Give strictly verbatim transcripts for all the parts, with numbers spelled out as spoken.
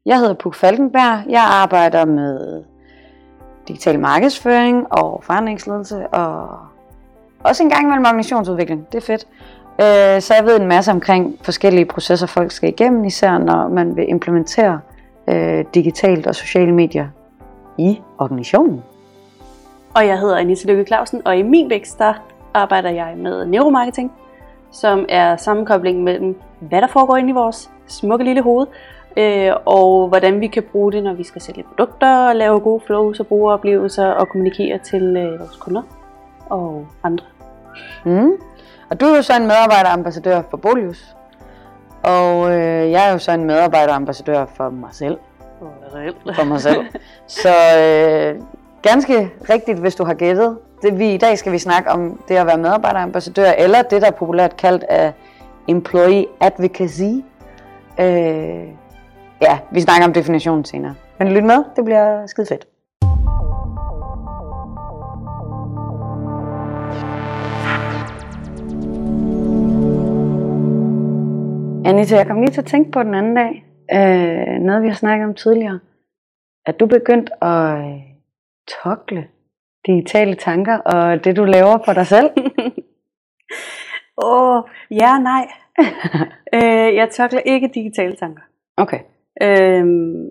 Jeg hedder Puk Falkenberg. Jeg arbejder med digital markedsføring og forandringsledelse og også en gang imellem organisationsudvikling. Det er fedt. Så jeg ved en masse omkring forskellige processer, folk skal igennem, især når man vil implementere digitalt og sociale medier i organisationen. Og jeg hedder Anita Lykke Clausen, og i min vækst der arbejder jeg med neuromarketing, som er sammenkoblingen mellem, hvad der foregår inde i vores smukke lille hoved, øh, og hvordan vi kan bruge det, når vi skal sælge produkter, og lave gode flows og brugeroplevelser og kommunikere til øh, vores kunder og andre. Mm. Og du er jo så en medarbejderambassadør for Bolius, og øh, jeg er jo så en medarbejderambassadør for mig selv. For mig selv. For mig selv. Så øh, ganske rigtigt, hvis du har gættet. Det, vi, I dag skal vi snakke om det at være medarbejderambassadør, eller det, der er populært kaldt af employee advocacy. Øh, ja, vi snakker om definitionen senere. Men lyt med, det bliver skide fedt. Anita, jeg kom lige til at tænke på den anden dag, øh, noget vi har snakket om tidligere, at du begyndte at øh, tokle digitale tanker og det du laver for dig selv. Åh, oh, ja nej. øh, jeg tokler ikke digitale tanker. Okay. Øhm,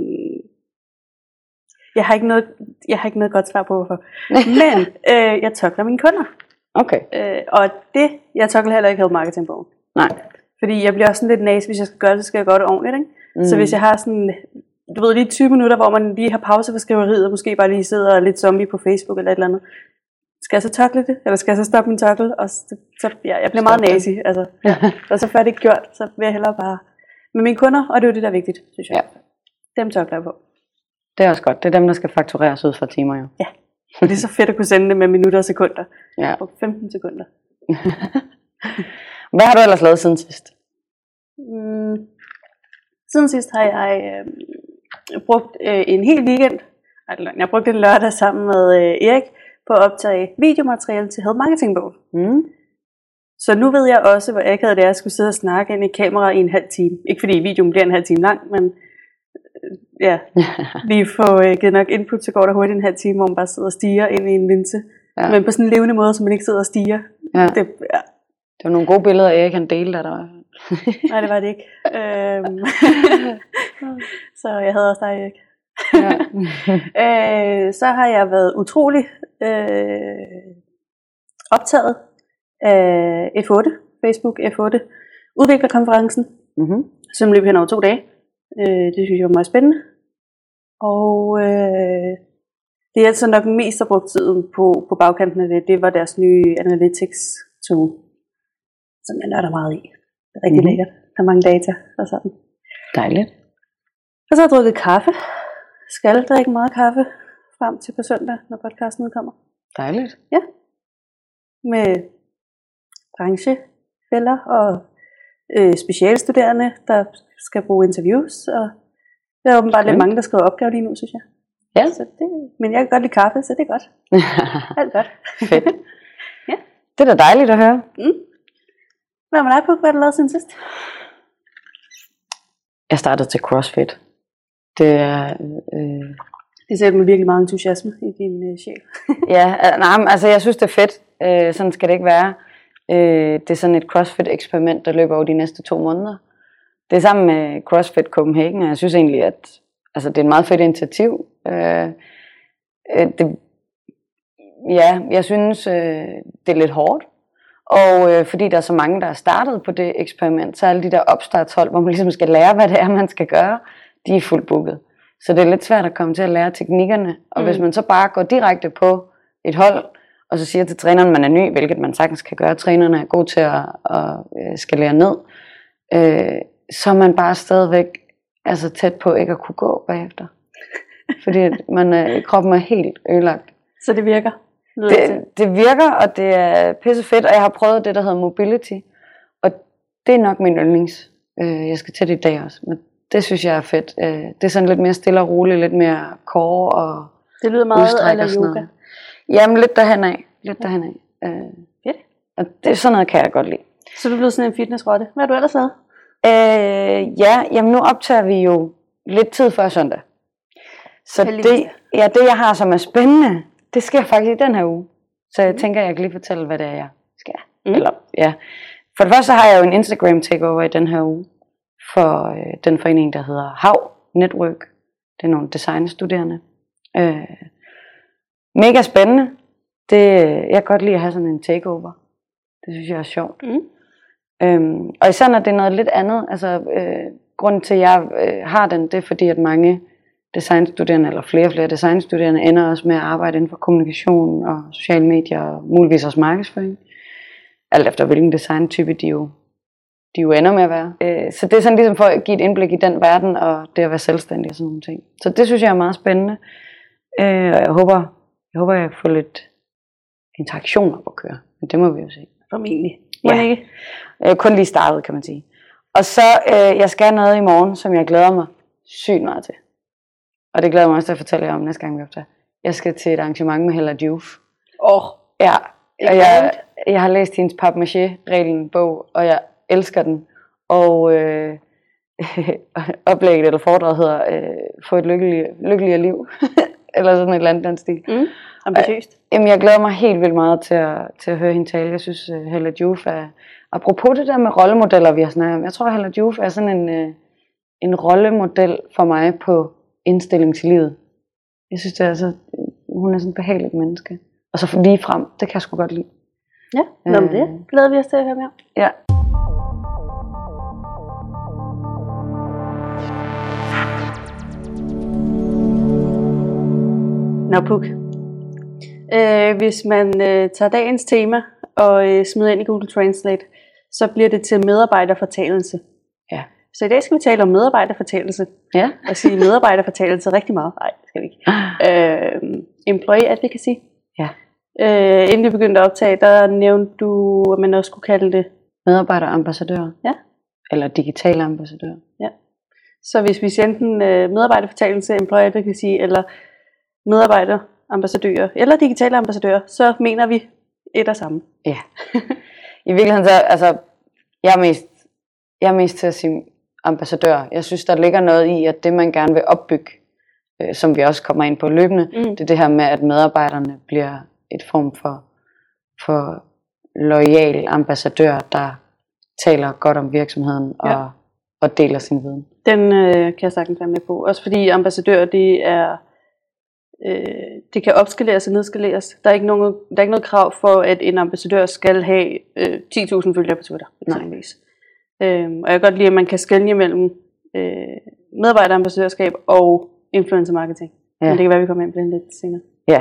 jeg, har ikke noget, jeg har ikke noget godt svar på hvorfor. Men øh, jeg tokler mine kunder. Okay. Øh, og det, jeg tokler heller ikke Help Marketing på. Nej. Fordi jeg bliver også sådan lidt næs, hvis jeg skal gøre det, så skal jeg gøre det ordentligt, ikke? Mm. Så hvis jeg har sådan, du ved, lige tyve minutter, hvor man lige har pause for skriveriet, og måske bare lige sidder og lidt zombie på Facebook eller et eller andet. Skal jeg så tokle det? Eller skal jeg så stoppe min tokle? Og så, så ja, jeg bliver meget nazi, altså. Ja. Og så før det ikke gjort, så vil jeg hellere bare med mine kunder, og det er jo det, der er vigtigt, synes jeg. Ja. Dem tokler jeg på. Det er også godt. Det er dem, der skal faktureres ud fra timer, jo. Ja. Og det er så fedt at kunne sende det med minutter og sekunder. Ja. På femten sekunder. Hvad har du ellers lavet siden sidst? Mm, siden sidst har jeg øh, brugt øh, en hel weekend, jeg har brugt en lørdag sammen med øh, Erik, på at optage videomateriale til Help Marketing Bog. Mm. Så nu ved jeg også, hvor akavet det er at skulle sidde og snakke ind i kamera i en halv time. Ikke fordi videoen bliver en halv time lang, men øh, ja, vi får øh, givet nok input, så går der hurtigt en halv time, hvor man bare sidder og stiger ind i en linse. Ja. Men på sådan en levende måde, så man ikke sidder og stiger. Ja. Det, ja. det var nogle gode billeder, Erik kan dele der. der. Nej, det var det ikke. øhm. Så jeg havde også dig, Erik. Ja. øh, så har jeg været utrolig øh, optaget af F otte, Facebook F otte udviklerkonferencen, mm-hmm. som løb hen over to dage. Øh, det synes jeg var meget spændende. Og øh, det jeg altså nok mest har brugt tiden på, på bagkanten af det, det var deres nye Analytics tool, som jeg nørder meget i. Det er rigtig mm-hmm. lækkert. Der er mange data og sådan. Dejligt. Og så har jeg drukket kaffe. Skal drikke meget kaffe frem til på søndag, når podcasten udkommer. Dejligt. Ja. Med branchefæller og øh, specialstuderende, der skal bruge interviews. Og der er åbenbart lidt mange, der skriver opgaver lige nu, synes jeg. Ja. Så det, men jeg kan godt lide kaffe, så det er godt. Alt godt. Fedt. Ja. Det er da dejligt at høre. Mm. Hvad med dig på? Hvad har du lavet siden sidst? Jeg startede til CrossFit. Det er... Øh... Det ser med virkelig meget entusiasme i din øh, sjæl. Ja, nej, altså jeg synes det er fedt. Øh, sådan skal det ikke være. Øh, det er sådan et CrossFit-eksperiment, der løber over de næste to måneder. Det er sammen med CrossFit Copenhagen, og jeg synes egentlig, at altså, det er et meget fedt initiativ. Øh, det, ja, jeg synes, øh, det er lidt hårdt. Og øh, fordi der er så mange, der er startet på det eksperiment, så alle de der opstartshold, hvor man ligesom skal lære, hvad det er, man skal gøre, de er fuldt booket. Så det er lidt svært at komme til at lære teknikkerne. Og mm. hvis man så bare går direkte på et hold, og så siger til træneren, man er ny, hvilket man sagtens kan gøre, trænerne er gode til at, at, at skal lære ned, øh, så er man bare stadigvæk altså tæt på ikke at kunne gå bagefter. Fordi man er, kroppen er helt ødelagt. Så det virker? Det, det virker, og det er pisse fedt, og jeg har prøvet det, der hedder mobility, og det er nok min yndlings. Øh, jeg skal til det i dag også, men det synes jeg er fedt. Øh, det er sådan lidt mere stille og roligt, lidt mere core og det lyder meget eller yoga. Jamen lidt derhen af, lidt derhen af. Øh, fedt. Og det sådan noget kan jeg godt lide. Så du er blevet sådan en fitnessrotte. Hvad har du ellers lavet? Øh, ja, jamen nu optager vi jo lidt tid før søndag. Så det, ja, det, jeg har, som er spændende, det sker faktisk i den her uge. Så jeg mm. tænker, jeg kan lige fortælle, hvad det er, jeg skal. Mm. Eller, ja. For det første, så har jeg jo en Instagram takeover i den her uge, for øh, den forening, der hedder Hav Network. Det er nogle designstuderende. Øh, mega spændende. Det, jeg kan godt lide at have sådan en takeover. Det synes jeg er sjovt. Mm. Øhm, og især når det er noget lidt andet. Altså, øh, grunden til, at jeg øh, har den, det er fordi, at mange designstuderende, eller flere og flere designstuderende, ender også med at arbejde inden for kommunikation og sociale medier, og muligvis også markedsføring. Alt efter hvilken designtype de jo, de jo ender med at være. Øh, så det er sådan ligesom for at give et indblik i den verden, og det at være selvstændig og sådan nogle ting. Så det synes jeg er meget spændende. Øh, og jeg håber, jeg håber, jeg får lidt interaktioner på at køre. Men det må vi jo se. Formentlig. Ja. Ikke? Jeg er kun lige startet, kan man sige. Og så, øh, jeg skal noget i morgen, som jeg glæder mig sygt meget til. Og det glæder jeg mig også til at fortælle jer om næste gang, vi optager. Jeg skal til et arrangement med Hella Juf. Åh. Oh. Ja, og jeg, jeg har læst hendes papmaché-reglen bog, og jeg elsker den. Og øh, oplægget eller foredraget hedder øh, Få et lykkeligere, lykkeligere liv. Eller sådan et eller andet den stil. Mm, ambitiøst. Jamen, jeg glæder mig helt vildt meget til at, til at høre hende tale. Jeg synes, uh, Hella Juf er... Apropos det der med rollemodeller, vi har snakket om. Jeg tror, Hella Juf er sådan en, uh, en rollemodel for mig på indstilling til livet. Jeg synes, det er altså, hun er sådan et behageligt menneske. Og så lige frem, det kan jeg sgu godt lide. Ja, nå, uh, det glæder vi os til at høre mere. Ja. Nå, Puk. Øh, hvis man øh, tager dagens tema og øh, smider ind i Google Translate, så bliver det til medarbejderfortalelse. Ja. Så i dag skal vi tale om medarbejderfortalelse. Ja. Og sige medarbejderfortalelse rigtig meget. Nej, det skal vi ikke. Øh, employee advocacy. Ja. Øh, inden vi begyndte at optage, der nævnte du, at man også kunne kalde det medarbejderambassadører. Ja. Eller digitale ambassadører. Ja. Så hvis vi siger enten øh, medarbejderfortalelse, employee advocacy, eller medarbejderambassadører eller digitale ambassadører, så mener vi et og samme. Ja. I virkeligheden så, altså, jeg er mest, jeg er mest til at sige ambassadør. Jeg synes, der ligger noget i, at det man gerne vil opbygge, øh, som vi også kommer ind på løbende, mm. det er det her med, at medarbejderne bliver et form for, for loyal ambassadør, der taler godt om virksomheden og, ja. og deler sin viden. Den øh, kan jeg sagtens være med på. Også fordi ambassadør, det er Øh, det kan opskaleres og nedskaleres. Der er ikke nogen, der er ikke noget krav for, at en ambassadør skal have øh, ti tusind følgere på Twitter, eksempelvis. Øh, og jeg kan godt lide, at man kan skelne mellem øh, medarbejderambassadørskab og influencer marketing. Ja. Men det kan være, vi kommer ind på det lidt senere. Ja.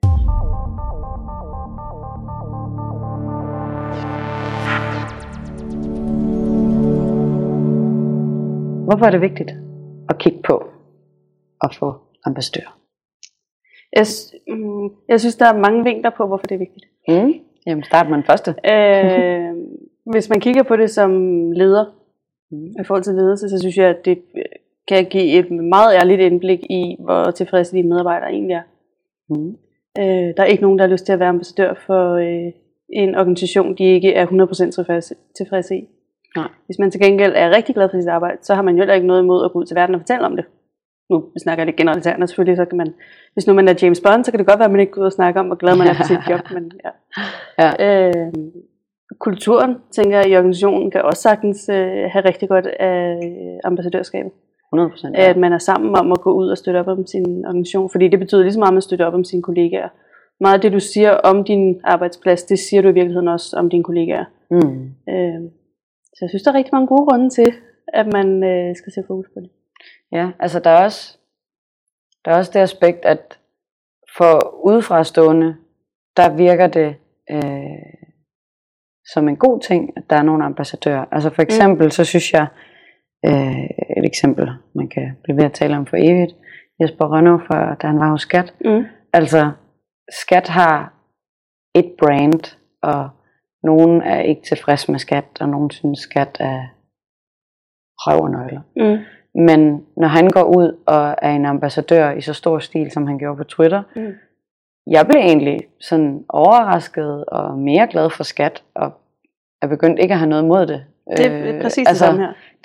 Hvorfor er det vigtigt at kigge på at få ambassadører? Jeg, jeg synes, der er mange vinkler på, hvorfor det er vigtigt. Mm. Jamen, start med den første. øh, hvis man kigger på det som leder, mm. i forhold til ledelse, så synes jeg, at det kan give et meget ærligt indblik i, hvor tilfredse de medarbejdere egentlig er. Mm. Øh, der er ikke nogen, der har lyst til at være ambassadør for øh, en organisation, de ikke er hundrede procent tilfredse i. Nej. Hvis man til gengæld er rigtig glad for sit arbejde, så har man jo heller ikke noget imod at gå ud til verden og fortælle om det. Nu snakker jeg lidt generaliserende selvfølgelig, så kan man, hvis nu man er James Bond, så kan det godt være, at man ikke går ud og snakker om, hvor glad man er for sit job. Men ja. Ja. Øh, kulturen, tænker jeg, i organisationen kan også sagtens øh, have rigtig godt af ambassadørskabet. hundrede procent. Ja. At man er sammen om at gå ud og støtte op om sin organisation, fordi det betyder lige så meget, at man støtter op om sine kollegaer. Meget af det, du siger om din arbejdsplads, det siger du i virkeligheden også om dine kollegaer. Mm. Øh, så jeg synes, der er rigtig mange gode grunde til, at man øh, skal se fokus på det. Ja, altså der er også der er også det aspekt, at for udefrastående, der virker det øh, som en god ting, at der er nogle ambassadører. Altså for eksempel, mm. så synes jeg, øh, et eksempel, man kan blive ved at tale om for evigt, Jesper Rønnow, for, da han var hos Skat. Mm. Altså, Skat har et brand, og nogen er ikke tilfreds med Skat, og nogen synes, Skat er røv og nøgler. Mm. Men når han går ud og er en ambassadør i så stor stil, som han gjorde på Twitter, mm. jeg blev egentlig sådan overrasket og mere glad for Skat, og er begyndt ikke at have noget mod det. Det er præcis altså, det samme her.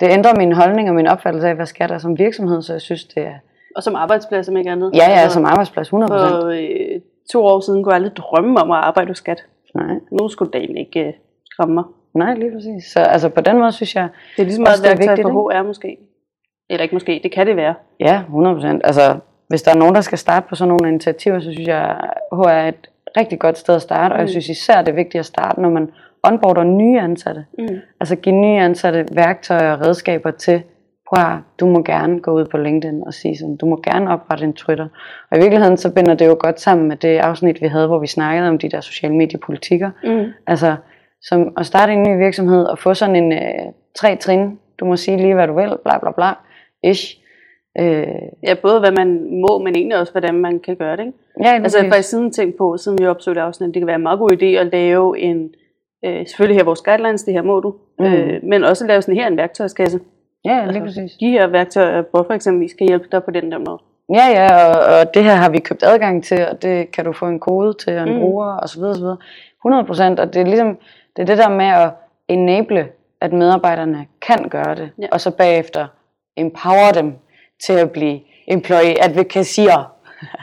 det ændrer min holdning og min opfattelse af, hvad skat er som virksomhed, så jeg synes, det er... Og som arbejdsplads, om ikke andet. Ja, ja, som arbejdsplads, hundrede procent. For øh, to år siden kunne jeg aldrig drømme om at arbejde hos skat. Nej. Nu skulle dagen ikke øh, skræmme mig. Nej, lige præcis. Så altså, på den måde synes jeg... Det er ligesom også et værktøj for H R måske. Eller ikke måske, det kan det være. Ja, hundrede procent. Altså, hvis der er nogen, der skal starte på sådan nogle initiativer, så synes jeg, at H R er et rigtig godt sted at starte. Mm. Og jeg synes især, det er vigtigt at starte, når man onboarder nye ansatte. Mm. Altså give nye ansatte værktøjer og redskaber til, prøv at du må gerne gå ud på LinkedIn og sige sådan, du må gerne oprette en Twitter. Og i virkeligheden så binder det jo godt sammen med det afsnit, vi havde, hvor vi snakkede om de der sociale mediepolitikker. Mm. Altså som at starte en ny virksomhed og få sådan en øh, tre trin, du må sige lige hvad du vil, bla bla bla, ish. Øh. Ja, både hvad man må, men egentlig også hvordan man kan gøre det, ikke? Ja, altså jeg har faktisk siden tænkt på, siden vi opsøgte afsnit, det kan være en meget god idé at lave en, øh, selvfølgelig her vores guidelines, det her må du, mm. øh, men også lave sådan her en værktøjskasse. Ja, lige altså, præcis. De her værktøjer, hvor for eksempel skal hjælpe dig på den der måde. Ja, ja, og, og det her har vi købt adgang til, og det kan du få en kode til, og en mm. bruger, og så videre, så videre. hundrede procent, og det er ligesom, det er det der med at enable, at medarbejderne kan gøre det, ja. Og så bagefter empower dem til at blive employee advocacier.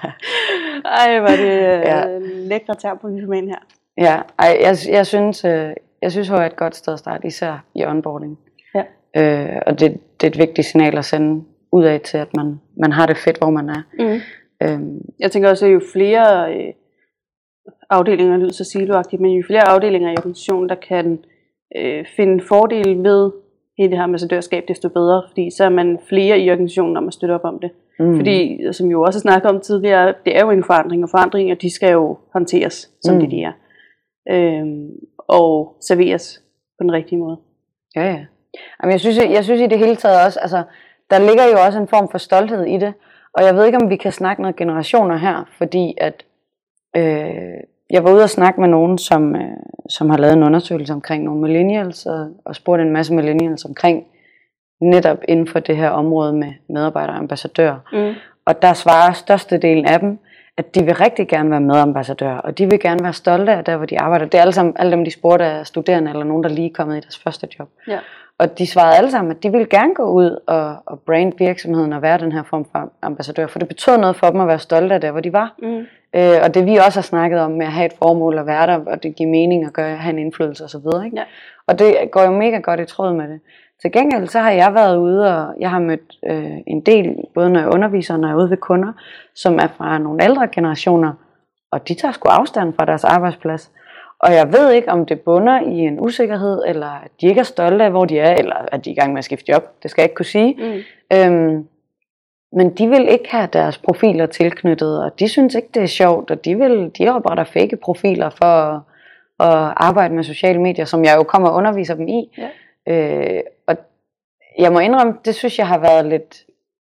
Ej, var det ja. lækre term på min her. Ja, ej, jeg, jeg synes, jeg synes, H R er et godt sted at starte, især i onboarding. Ja. Øh, og det, det er et vigtigt signal at sende ud af til, at man, man har det fedt, hvor man er. Mm. Øhm. Jeg tænker også, at jo flere øh, afdelinger, lyder så siloagtigt, men jo flere afdelinger i organisationen, der kan øh, finde fordele ved hele det her ambassadørskab, desto bedre, fordi så er man flere i organisationen om at støtte op om det. Mm. Fordi, som vi jo også har snakket om tidligere, det er jo en forandring, og forandringer, de skal jo håndteres, som mm. det de er. Øhm, og serveres på den rigtige måde. Ja, ja. Jamen, jeg, synes, jeg synes i det hele taget også, altså, der ligger jo også en form for stolthed i det, og jeg ved ikke, om vi kan snakke noget generationer her, fordi at øh, jeg var ude og snakke med nogen, som, øh, som har lavet en undersøgelse omkring nogle millennials, og, og spurgte en masse millennials omkring netop inden for det her område med medarbejdere og ambassadører. Mm. Og der svarer størstedelen af dem, at de vil rigtig gerne være medambassadører, og de vil gerne være stolte af der, hvor de arbejder. Det er alle sammen, alle dem, de spurgte, er studerende eller nogen, der lige er kommet i deres første job. Ja. Og de svarede alle sammen, at de ville gerne gå ud og, og brande virksomheden og være den her form for ambassadør, for det betød noget for dem at være stolte af der, hvor de var. Mm. Øh, og det vi også har snakket om med at have et formål at være der, og det giver mening at gøre, have en indflydelse osv. Ja. Og det går jo mega godt i tråd med det. Til gengæld så har jeg været ude, og jeg har mødt øh, en del, både når jeg underviser og når jeg er ude ved kunder, som er fra nogle ældre generationer, og de tager sgu afstand fra deres arbejdsplads. Og jeg ved ikke, om det bunder i en usikkerhed, eller at de ikke er stolte af, hvor de er, eller at de er i gang med at skifte job. Det skal jeg ikke kunne sige. Mm. Øhm, men de vil ikke have deres profiler tilknyttet, og de synes ikke, det er sjovt, og de vil, de opretter fake profiler for at, at arbejde med sociale medier, som jeg jo kommer og underviser dem i. Ja. Øh, og jeg må indrømme, det synes jeg har været lidt,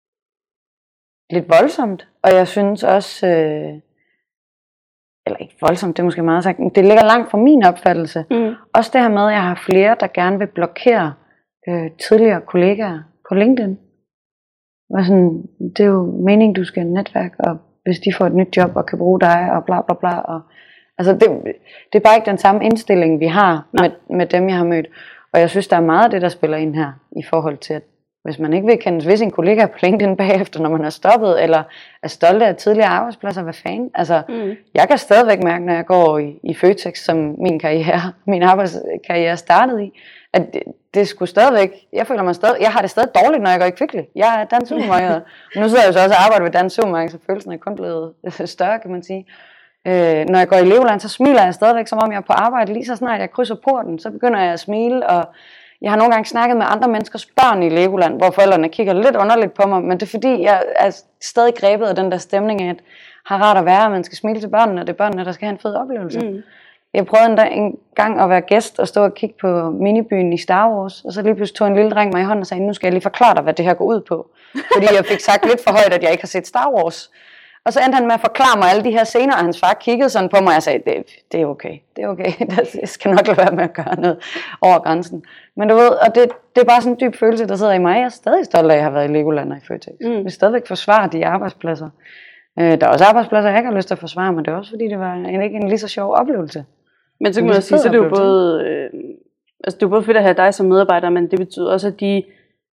lidt voldsomt, og jeg synes også... Øh, eller ikke voldsomt, det er måske meget sagt, det ligger langt fra min opfattelse. Mm. Også det her med, at jeg har flere, der gerne vil blokere øh, tidligere kollegaer på LinkedIn. Og sådan, det er jo meningen, du skal netværke, og hvis de får et nyt job og kan bruge dig, og bla bla bla. Og, altså det, det er bare ikke den samme indstilling, vi har med, med dem, jeg har mødt. Og jeg synes, der er meget af det, der spiller ind her, i forhold til, at hvis man ikke vil kendes ved sin kollega på LinkedIn bagefter, når man er stoppet, eller er stolte af tidligere arbejdspladser, hvad fanden? Altså, mm. jeg kan stadigvæk mærke, når jeg går i, i Føtex, som min karriere, min arbejdskarriere startede i, at det, det skulle stadigvæk, jeg føler mig stadig, jeg har det stadig dårligt, når jeg går i Kvickly. Jeg er dansk supermarked. Nu sidder jeg jo så også og arbejder ved dansk supermarked, så følelsen er kun blevet større, kan man sige. Øh, når jeg går i Legoland, så smiler jeg stadigvæk, som om jeg er på arbejde. Lige så snart jeg krydser porten, så begynder jeg at smile, og jeg har nogle gange snakket med andre menneskers børn i Legoland, hvor forældrene kigger lidt underligt på mig, men det er fordi, jeg er stadig grebet af den der stemning af, at har rart at være, at man skal smile til børnene, og det er børnene, der skal have en fed oplevelse. Mm. Jeg prøvede endda en gang at være gæst og stå og kigge på minibyen i Star Wars, og så lige pludselig tog en lille dreng mig i hånden og sagde, nu skal jeg lige forklare dig, hvad det her går ud på. Fordi jeg fik sagt lidt for højt, at jeg ikke har set Star Wars. Og så endte han med at forklare mig alle de her scener, og hans far kiggede sådan på mig, og jeg sagde, det, det er okay, det er okay, jeg skal nok lade være med at gøre noget over grænsen. Men du ved, og det, det er bare sådan en dyb følelse, der sidder i mig. Jeg er stadig stolt af, at jeg har været i Legoland og i Føtex. Mm. Jeg vil stadigvæk forsvare de arbejdspladser. Der er også arbejdspladser, jeg ikke har lyst til at forsvare, men det er også fordi, det var en, ikke en lige så sjov oplevelse. Men så kan man også sige, så det er jo både, øh, altså det er jo både fedt at have dig som medarbejder, men det betyder også, at de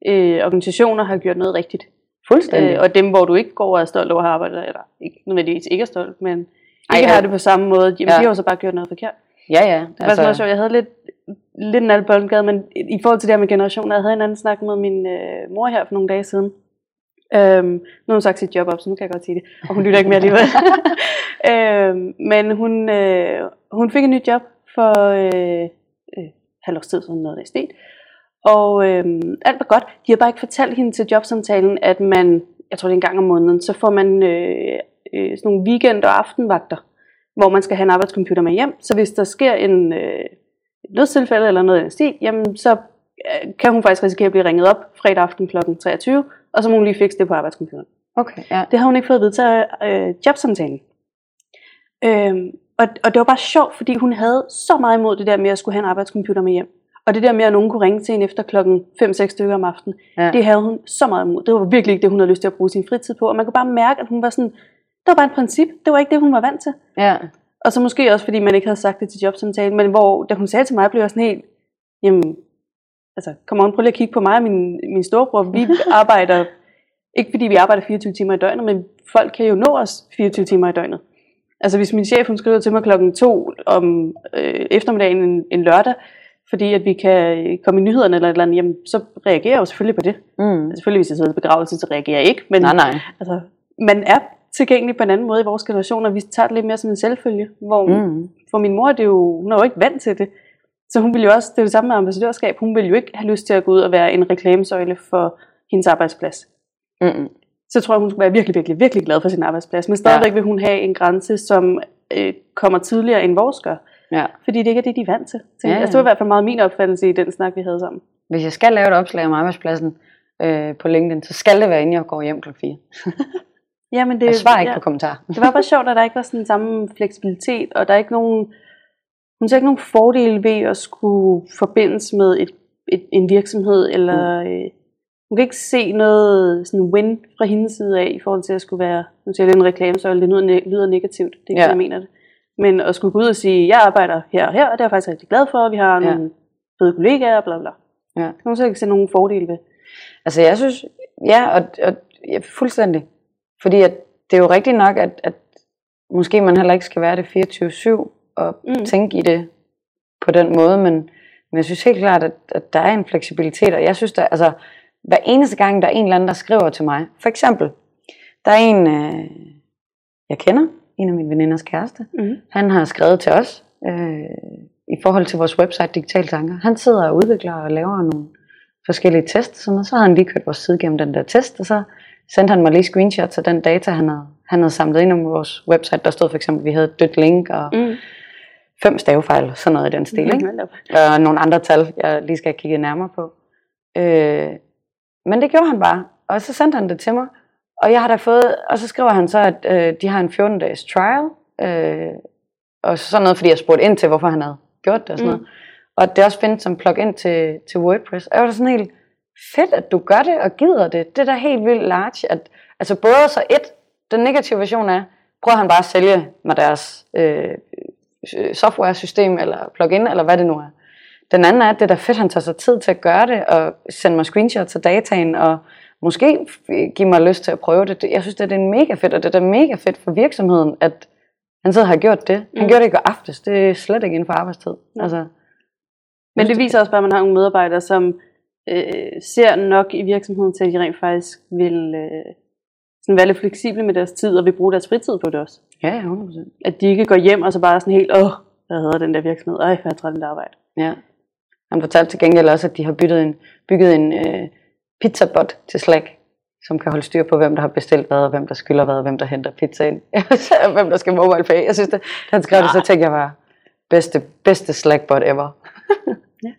øh, organisationer har gjort noget rigtigt. Fuldstændig. Øh, og dem, hvor du ikke går og er stolt over at have arbejdet, eller ikke nødvendigvis ikke er stolt, men ikke Ej, har det på samme måde, jamen, ja. de har jo så bare gjort noget forkert. Ja, ja. Det var altså meget sjovt. Jeg havde lidt, lidt en anden boldgade, men i forhold til det her med generationer, jeg havde en anden snak med min øh, mor her for nogle dage siden. Øhm, nu har hun sagt sit job op, så nu kan jeg godt sige det, og hun lytter ikke mere alligevel. øhm, men hun, øh, hun fik et nyt job for øh, øh, halv års tid, sådan noget i stil. Og øh, alt var godt. De har bare ikke fortalt hende til jobsamtalen, at man, jeg tror det er en gang om måneden, så får man øh, øh, sådan nogle weekend- og aftenvagter, hvor man skal have en arbejdscomputer med hjem. Så hvis der sker en øh, et nødstilfælde eller noget i den stil, jamen så øh, kan hun faktisk risikere at blive ringet op fredag aften klokken treogtyve, og så må hun lige fikse det på arbejdscomputeren. Okay, ja. Det har hun ikke fået ved til øh, jobsamtalen. Øh, og, og det var bare sjovt, fordi hun havde så meget imod det der med at skulle have en arbejdscomputer med hjem. Og det der med, at nogen kunne ringe til hende efter klokken fem seks stykker om aftenen, ja. Det havde hun så meget imod. Det var virkelig ikke det, hun havde lyst til at bruge sin fritid på. Og man kunne bare mærke, at hun var sådan, det var bare et princip. Det var ikke det, hun var vant til. Ja. Og så måske også, fordi man ikke havde sagt det til jobsamtalen, men hvor, da hun sagde til mig, blev jeg sådan helt, jamen, altså, kom on, prøv lige at kigge på mig og min, min storebror. Vi arbejder, ikke fordi vi arbejder fireogtyve timer i døgnet, men folk kan jo nå os fireogtyve timer i døgnet. Altså, hvis min chef, hun skriver til mig klokken to om øh, eftermiddagen en, en lørdag, fordi at vi kan komme i nyhederne eller et eller andet, jamen, så reagerer jeg jo selvfølgelig på det. Mm. Altså, selvfølgelig, hvis jeg sidder i begravelse, så reagerer jeg ikke. Men nej, nej. Altså, man er tilgængelig på en anden måde i vores generation, og vi tager det lidt mere som en selvfølge. Hvor mm. for min mor, det er jo, hun er jo ikke vant til det. Så hun ville jo også, det er det samme med ambassadørskab, hun ville jo ikke have lyst til at gå ud og være en reklamesøjle for hendes arbejdsplads. Mm. Så tror jeg, hun skulle være virkelig, virkelig, virkelig glad for sin arbejdsplads. Men stadigvæk ja. Vil hun have en grænse, som øh, kommer tidligere end vores gør. Ja. Fordi det ikke er det, de er vant til. Ja, ja. Altså, det var i hvert fald meget min opfattelse i den snak, vi havde sammen. Hvis jeg skal lave et opslag om arbejdspladsen øh, på LinkedIn, så skal det være, inden jeg går hjem klokken fire. Ja, men det, jeg svarer ikke ja. på kommentarer. Det var bare sjovt, at der ikke var sådan den samme fleksibilitet, og der er ikke nogen, hun ser ikke nogen fordele ved at skulle forbindes med et, et, en virksomhed, eller mm. øh, hun kan ikke se noget sådan win fra hendes side af, i forhold til at skulle være, nu siger jeg lidt en reklame, så det lyder, lyder negativt, det er ikke, ja. Jeg mener det. Men at skulle gå ud og sige, jeg arbejder her og her, og det er jeg faktisk rigtig glad for, vi har nogle ja. Fede kollegaer, og bla bla. Ja. Det kan man så ikke se nogen fordele ved. Altså jeg synes, ja, og, og ja, fuldstændig. Fordi at det er jo rigtigt nok, at, at måske man heller ikke skal være det fireogtyve syv og mm. tænke i det på den måde, men, men jeg synes helt klart, at, at der er en fleksibilitet, og jeg synes, der, altså hver eneste gang, der er en eller anden, der skriver til mig, for eksempel, der er en, øh, jeg kender, en af mine veninders kæreste, mm. han har skrevet til os, øh, i forhold til vores website Digitale Tanker. Han sidder og udvikler og laver nogle forskellige tests, sådan, og så har han lige kørt vores side gennem den der test, og så sendte han mig lige screenshots af den data, han havde, han havde samlet ind om vores website. Der stod for eksempel, at vi havde et dødt link og mm. fem stavefejl, sådan noget i den stil. Ikke? Og nogle andre tal, jeg lige skal kigge nærmere på. Øh, men det gjorde han bare, og så sendte han det til mig. Og jeg har da fået, og så skriver han så, at øh, de har en fjorten dages trial, øh, og sådan noget, fordi jeg spurgte ind til, hvorfor han havde gjort det og sådan mm. noget. Og det også findes som plugin til, til WordPress. Og jeg var da sådan helt fedt, at du gør det og gider det. Det er da helt vildt large. At, altså både så et, den negative version er, prøver han bare at sælge mig deres øh, software-system, eller plugin, eller hvad det nu er. Den anden er, at det er da fedt, han tager sig tid til at gøre det, og sende mig screenshots af dataen, og måske give mig lyst til at prøve det. Jeg synes, det er mega fedt, og det er mega fedt for virksomheden, at han så har gjort det. Han mm. gjorde det ikke aftes. Det er slet ikke inden for arbejdstid. Ja. Altså, men det viser også bare, at man har nogle medarbejdere, som øh, ser nok i virksomheden til, at de rent faktisk vil øh, sådan være lidt fleksible med deres tid, og vil bruge deres fritid på det også. Ja, hundrede procent. At de ikke går hjem og så bare sådan helt, åh, jeg hader den der virksomhed, ej, jeg er træt af det arbejde. Ja. Han fortalte til gengæld også, at de har bygget en, bygget en øh, pizzabot til Slack, som kan holde styr på, hvem der har bestilt hvad, og hvem der skylder hvad, og hvem der henter pizzaen, og hvem der skal mobile pay. Jeg synes, det, han skrev det, så tænkte jeg var bedste, bedste Slack-bot ever. Ja.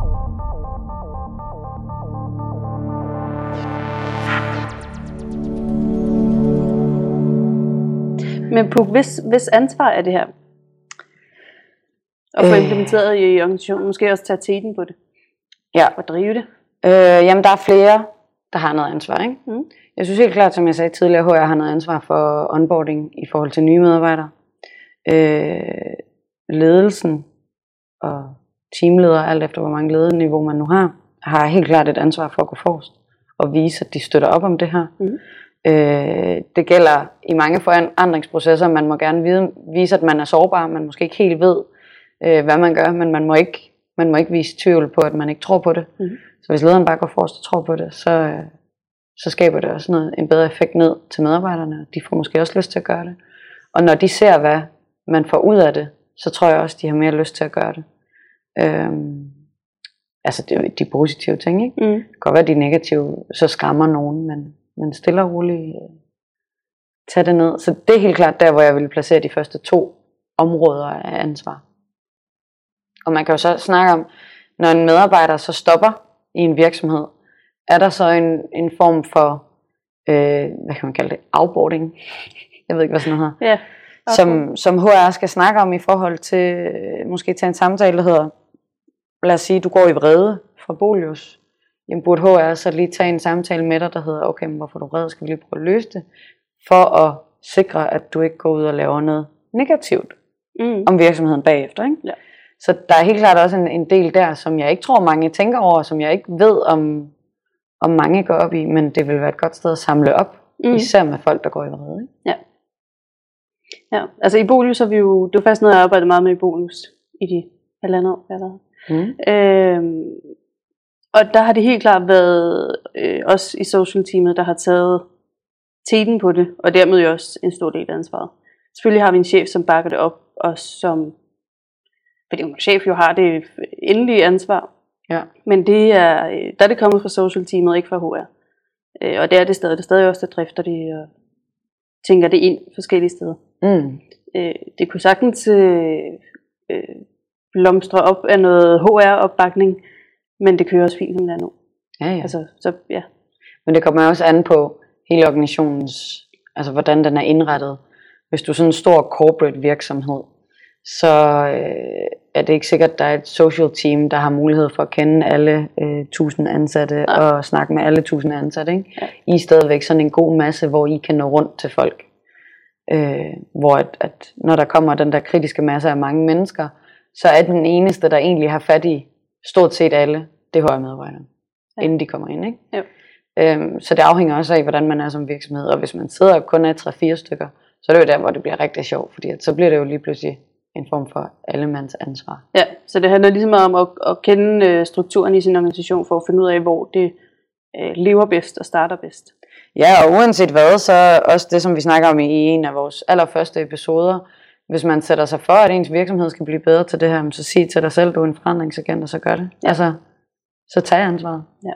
Men på hvis, hvis ansvar er det her? Og få øh, implementeret i organisationen, måske også tage teten på det? Ja. Og drive det? Øh, jamen, der er flere, der har noget ansvar, ikke? Mm. Jeg synes helt klart, som jeg sagde tidligere, at H R har noget ansvar for onboarding i forhold til nye medarbejdere. Øh, ledelsen og teamledere, alt efter hvor mange ledeniveau man nu har, har helt klart et ansvar for at gå forrest og vise, at de støtter op om det her. Mm. Øh, det gælder i mange forandringsprocesser. Man må gerne vide, vise, at man er sårbar. Man måske ikke helt ved, øh, hvad man gør, men man må ikke, man må ikke vise tvivl på, at man ikke tror på det. Mm. Så hvis lederen bare går forrest og tror på det, så, øh, så skaber det også noget, en bedre effekt ned til medarbejderne. De får måske også lyst til at gøre det. Og når de ser, hvad man får ud af det, så tror jeg også, de har mere lyst til at gøre det. Øhm, altså det er de positive ting, ikke? Mm. Det kan godt være, de negative, så skræmmer nogen, men, men stille og roligt øh, tage det ned. Så det er helt klart der, hvor jeg vil placere de første to områder af ansvar. Og man kan jo så snakke om, når en medarbejder så stopper i en virksomhed, er der så en, en form for, øh, hvad kan man kalde det, afboarding? Jeg ved ikke, hvad sådan noget hedder. Ja. Som, som H R skal snakke om i forhold til, måske til en samtale, der hedder, lad os sige, du går i vrede fra Bolius. Jamen burde H R så lige tage en samtale med dig, der hedder, okay, men hvorfor er du vrede, skal vi lige prøve at løse det, for at sikre, at du ikke går ud og laver noget negativt mm. om virksomheden bagefter, ikke? Ja. Så der er helt klart også en, en del der, som jeg ikke tror mange tænker over, som jeg ikke ved, om, om mange går op i, men det vil være et godt sted at samle op, mm. især med folk, der går i vrede, ikke? Ja. Ja, altså i Bolius har vi jo, det var faktisk noget, jeg arbejdede meget med i Bolius i de halvandet år, jeg lavede. Mm. Øhm, og der har det helt klart været øh, os i social teamet, der har taget teten på det, og dermed jo også en stor del af ansvaret. Selvfølgelig har vi en chef, som bakker det op, og som, fordi en chef jo har det endelige ansvar, ja. Men det er, der er det kommet fra social teamet, ikke fra H R. Øh, og det er det stadig, det er stadig også, der drifter det og tænker det ind forskellige steder. Mm. Øh, det kunne sagtens øh, øh, blomstre op af noget H R-opbakning, men det kører også fint, som det er nu. Ja, ja. Altså, så, ja. Men det kommer også an på hele organisationens, altså hvordan den er indrettet. Hvis du er sådan en stor corporate virksomhed, så øh, er det ikke sikkert, at der er et social team, der har mulighed for at kende alle øh, tusind ansatte ja. Og snakke med alle tusind ansatte. Ikke? Ja. I er stadigvæk sådan en god masse, hvor I kan nå rundt til folk. Øh, hvor at, at når der kommer den der kritiske masse af mange mennesker, så er den eneste, der egentlig har fat i stort set alle, det er H R-medarbejderne, ja. Inden de kommer ind. Ikke? Ja. Øhm, så det afhænger også af, hvordan man er som virksomhed. Og hvis man sidder og kun er tre fire stykker, så er det jo der, hvor det bliver rigtig sjovt, fordi at så bliver det jo lige pludselig en form for allemands ansvar. Ja, så det handler ligesom om at, at kende øh, strukturen i sin organisation, for at finde ud af, hvor det øh, lever bedst og starter bedst. Ja, og uanset hvad, så også det, som vi snakker om i en af vores allerførste episoder, hvis man sætter sig for, at ens virksomhed skal blive bedre til det her, så sig til dig selv, du er en forandringsagent, og så gør det. Ja. Altså, så tag ansvaret. Ja.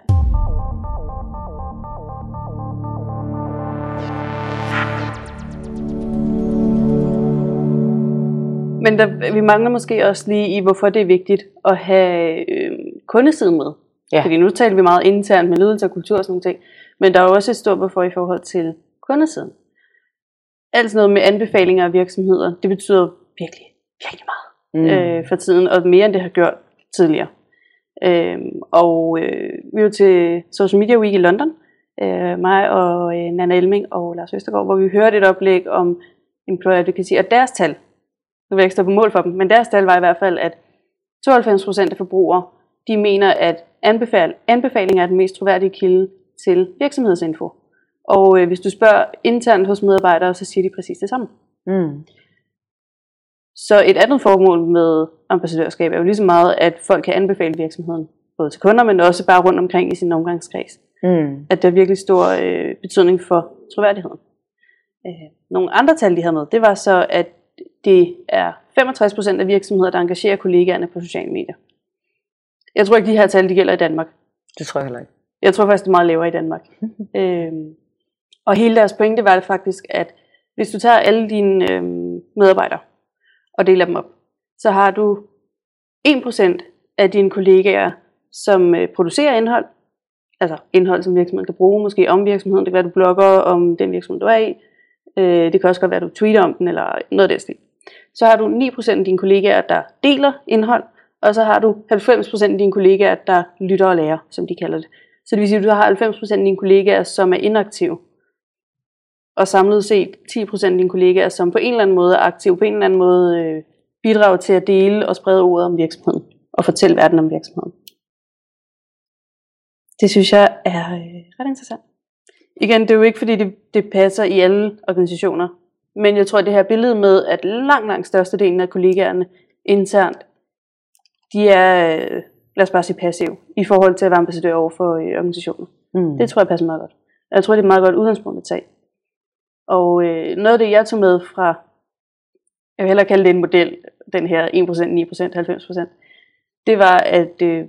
Men der, vi mangler måske også lige i, hvorfor det er vigtigt at have øh, kundesiden med. Ja. Fordi nu taler vi meget internt med ledelse og kultur og sådan nogle ting. Men der er jo også et stort behov i forhold til kundesiden. Alt noget med anbefalinger af virksomheder, det betyder virkelig, virkelig meget mm. øh, for tiden. Og mere end det har gjort tidligere. Øh, og øh, vi var til Social Media Week i London. Øh, mig og øh, Nanna Elming og Lars Østergaard, hvor vi hørte et oplæg om employer advocacy og deres tal. Nu vil jeg ikke stå på mål for dem, men deres tal var i hvert fald, at tooghalvfems procent af forbrugere, de mener, at anbefal, anbefalinger er den mest troværdige kilde til virksomhedsinfo. Og øh, hvis du spørger internt hos medarbejdere, så siger de præcis det samme. Mm. Så et andet formål med ambassadørskab er jo lige så meget, at folk kan anbefale virksomheden, både til kunder, men også bare rundt omkring i sin omgangskreds. Mm. At der er virkelig stor øh, betydning for troværdigheden. Øh, nogle andre tal, de havde med, det var så, at det er femogtres procent af virksomheder, der engagerer kollegaerne på sociale medier. Jeg tror ikke, de her tal de gælder i Danmark. Det tror jeg heller ikke. Jeg tror faktisk, det er meget lavere i Danmark. øhm, og hele deres pointe var det faktisk, at hvis du tager alle dine øhm, medarbejdere og deler dem op, så har du en procent af dine kollegaer, som øh, producerer indhold. Altså indhold, som virksomheden kan bruge, måske om virksomheden. Det kan være, du blogger om den virksomhed, du er i. Det kan også godt være, at du tweeter om den, eller noget af det stil. Så har du ni procent af dine kollegaer, der deler indhold, og så har du halvfems procent af dine kollegaer, der lytter og lærer, som de kalder det. Så det vil sige, at du har halvfems procent af dine kollegaer, som er inaktive. Og samlet set ti procent af dine kollegaer, som på en eller anden måde er aktive, på en eller anden måde bidrager til at dele og sprede ordet om virksomheden, og fortælle verden om virksomheden. Det synes jeg er øh, ret interessant. Igen, det er jo ikke fordi det, det passer i alle organisationer, men jeg tror at det her billede med, at langt, langt størstedelen af kollegaerne internt, de er, øh, lad os bare sige passive, i forhold til at være ambassadør over for øh, organisationen. Mm. Det tror jeg passer meget godt. Jeg tror, det er et meget godt udgangspunkt at tage. Og øh, noget af det, jeg tog med fra, jeg vil hellere kalde det en model, den her en procent, ni procent, halvfems procent, det var, at, øh,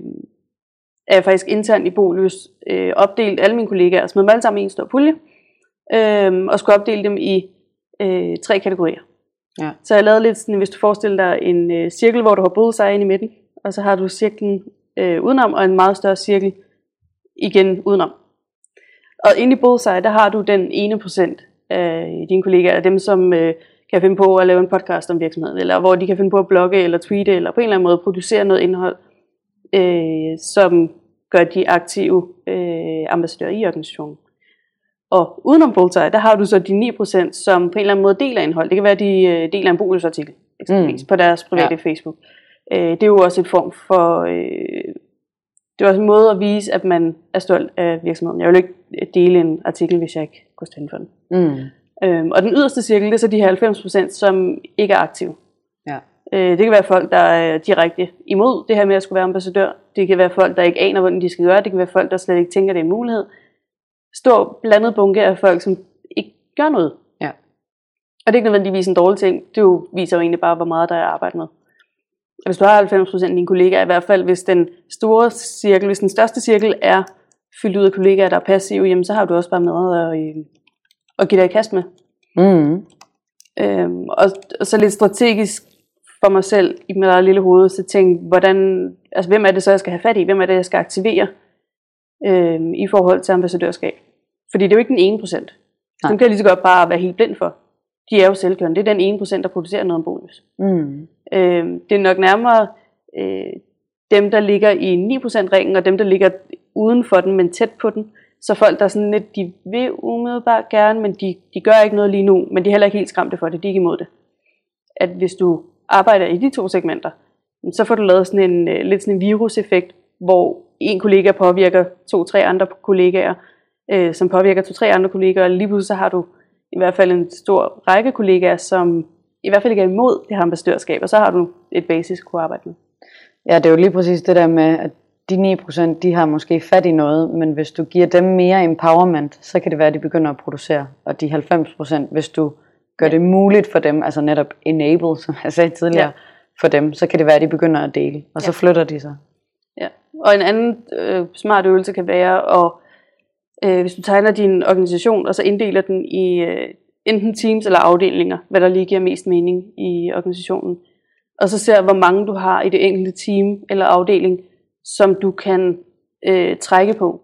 at jeg faktisk internt i Bolus øh, opdelte alle mine kollegaer, smed dem alle sammen i en stor pulje, øh, og skulle opdele dem i øh, tre kategorier. Ja. Så jeg lavede lidt sådan, hvis du forestiller dig en øh, cirkel, hvor du har bullseye inde i midten, og så har du cirklen øh, udenom, og en meget større cirkel igen udenom. Og inde i bullseye, der har du den ene procent af dine kollegaer, dem som øh, kan finde på at lave en podcast om virksomheden, eller hvor de kan finde på at blogge eller tweete, eller på en eller anden måde producere noget indhold, øh, som gør de aktive øh, ambassadører i organisationen. Og udenom bullseye, der har du så de ni procent, som på en eller anden måde deler indhold. Det kan være, at de øh, deler en Bolus-artikel, eksempelvis, mm. på deres private ja. Facebook. Øh, det er jo også et form for... Øh, det er også en måde at vise, at man er stolt af virksomheden. Jeg vil ikke dele en artikel, hvis jeg ikke kunne stå for den. Mm. Øhm, og den yderste cirkel, det er så de her halvfems procent, som ikke er aktive. Ja. Øh, det kan være folk, der er direkte imod det her med at skulle være ambassadør. Det kan være folk, der ikke aner, hvordan de skal gøre. Det kan være folk, der slet ikke tænker, det er en mulighed. Stor blandet bunke af folk, som ikke gør noget. Ja. Og det er ikke nødvendigvis en dårlig ting. Det jo viser jo egentlig bare, hvor meget der er at arbejde med. Hvis du har halvfems procent af dine kollegaer, i hvert fald hvis den store cirkel, hvis den største cirkel er fyldt ud af kollegaer, der er passive, jamen, så har du også bare med at, øh, at give dig i kast med. Mm. Øhm, og, og så lidt strategisk for mig selv i mit eget lille hoved, så tænke, hvordan, altså, hvem er det så, jeg skal have fat i? Hvem er det, jeg skal aktivere øh, i forhold til ambassadørskab? Fordi det er jo ikke den ene procent. Den kan jeg lige så godt bare være helt blind for. De er jo selvkørende. Det er den ene procent, der producerer noget om Bolus. Mm. Øh, det er nok nærmere øh, dem, der ligger i ni procent ringen, og dem, der ligger uden for den, men tæt på den. Så folk, der sådan lidt, de vil umiddelbart gerne, men de, de gør ikke noget lige nu, men de er heller ikke helt skræmte for det, de er ikke imod det. At hvis du arbejder i de to segmenter, så får du lavet sådan en, uh, lidt sådan en viruseffekt, hvor en kollega påvirker to-tre andre kollegaer, øh, som påvirker to-tre andre kollegaer, og lige pludselig så har du i hvert fald en stor række kollegaer, som i hvert fald ikke er imod det her ambassadørskab, og så har du et basis at kunne arbejde med. Ja, det er jo lige præcis det der med, at de ni procent, de har måske fat i noget, men hvis du giver dem mere empowerment, så kan det være, at de begynder at producere. Og de halvfems procent, hvis du gør ja. det muligt for dem, altså netop enable, som jeg sagde tidligere, ja. for dem, så kan det være, at de begynder at dele, og ja. så flytter de sig. Ja, og en anden øh, smart øvelse kan være, at øh, hvis du tegner din organisation, og så inddeler den i øh, enten teams eller afdelinger, hvad der lige giver mest mening i organisationen, og så ser, hvor mange du har i det enkelte team eller afdeling, som du kan øh, trække på.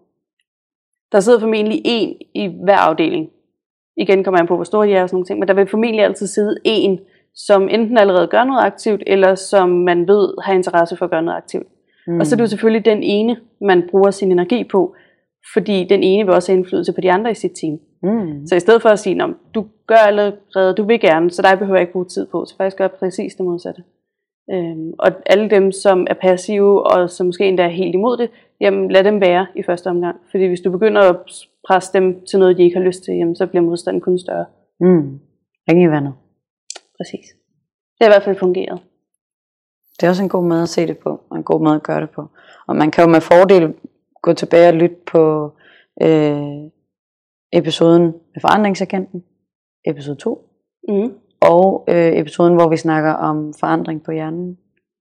Der sidder formentlig en i hver afdeling. Igen kommer jeg på, hvor store de er og sådan nogle ting, men der vil formentlig altid sidde en, som enten allerede gør noget aktivt, eller som man ved har interesse for at gøre noget aktivt. Mm. Og så er det jo selvfølgelig den ene, man bruger sin energi på, fordi den ene vil også have indflydelse på de andre i sit team. Mm. Så i stedet for at sige, du gør allerede, du vil gerne, så dig behøver jeg ikke bruge tid på, så faktisk gør præcis det modsatte. Øhm, og alle dem, som er passive, og som måske endda er helt imod det, jamen lad dem være i første omgang. Fordi hvis du begynder at presse dem til noget, de ikke har lyst til, jamen, så bliver modstanden kun større. Mm. Ingen i vandet. Præcis. Det har i hvert fald fungeret. Det er også en god måde at se det på, og en god måde at gøre det på. Og man kan jo med fordel gå tilbage og lytte på øh, episoden med forandringsagenten, episode to. Mm. Og øh, episoden, hvor vi snakker om forandring på hjernen.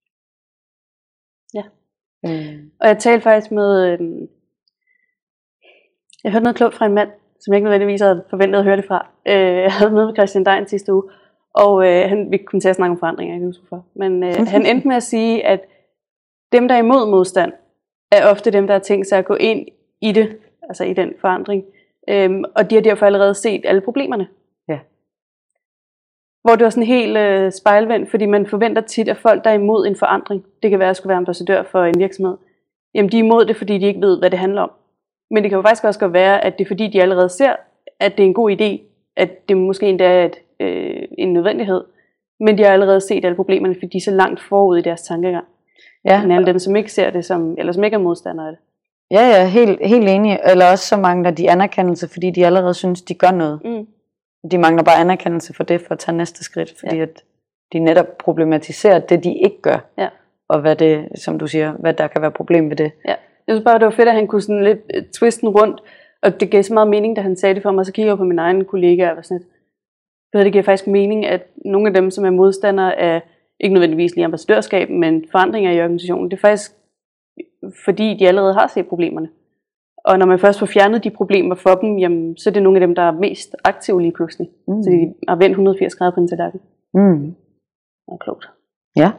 Ja. Øh. Og jeg talte faktisk med... Øh, jeg hørte noget klogt fra en mand, som jeg ikke nødvendigvis havde forventet at høre det fra. Øh, jeg havde møde med Christian Dein sidste uge, og øh, han, vi kom til at snakke om forandringer, jeg kan huske for. Men øh, han endte med at sige, at dem, der er imod modstand, er ofte dem, der har tænkt sig at gå ind i det, altså i den forandring. Øh, og de har derfor allerede set alle problemerne. Ja. Hvor det var sådan helt øh, spejlvendt, fordi man forventer tit, at folk, der er imod en forandring, det kan være, at skulle være ambassadør for en virksomhed, jamen de er imod det, fordi de ikke ved, hvad det handler om. Men det kan jo faktisk også godt være, at det er fordi, de allerede ser, at det er en god idé, at det måske endda er et, øh, en nødvendighed, men de har allerede set alle problemerne, fordi de er så langt forud i deres tankegang. Ja. Men alle dem, som ikke ser det, som, eller som ikke er modstandere af det. Ja, ja, helt, helt enig. Eller også så mangler de anerkendelse, fordi de allerede synes, de gør noget. Mm. De mangler bare anerkendelse for det, for at tage næste skridt, fordi ja. At de netop problematiserer det, de ikke gør. Ja. Og hvad det, som du siger, hvad der kan være problem ved det. Ja. Jeg synes bare, det var fedt, at han kunne sådan lidt uh, twiste den rundt, og det gav så meget mening, da han sagde det for mig, så kigger jeg på mine egne kollegaer og var sådan lidt, det giver faktisk mening, at nogle af dem, som er modstandere af, ikke nødvendigvis lige ambassadørskab, men forandringer i organisationen, det er faktisk fordi, de allerede har set problemerne. Og når man først får fjernet de problemer for dem, jamen, så er det nogle af dem, der er mest aktive lige pludselig. Mm. Så de har vendt et hundrede og firs grader på en tallerken. Mm. Det er klogt. Ja.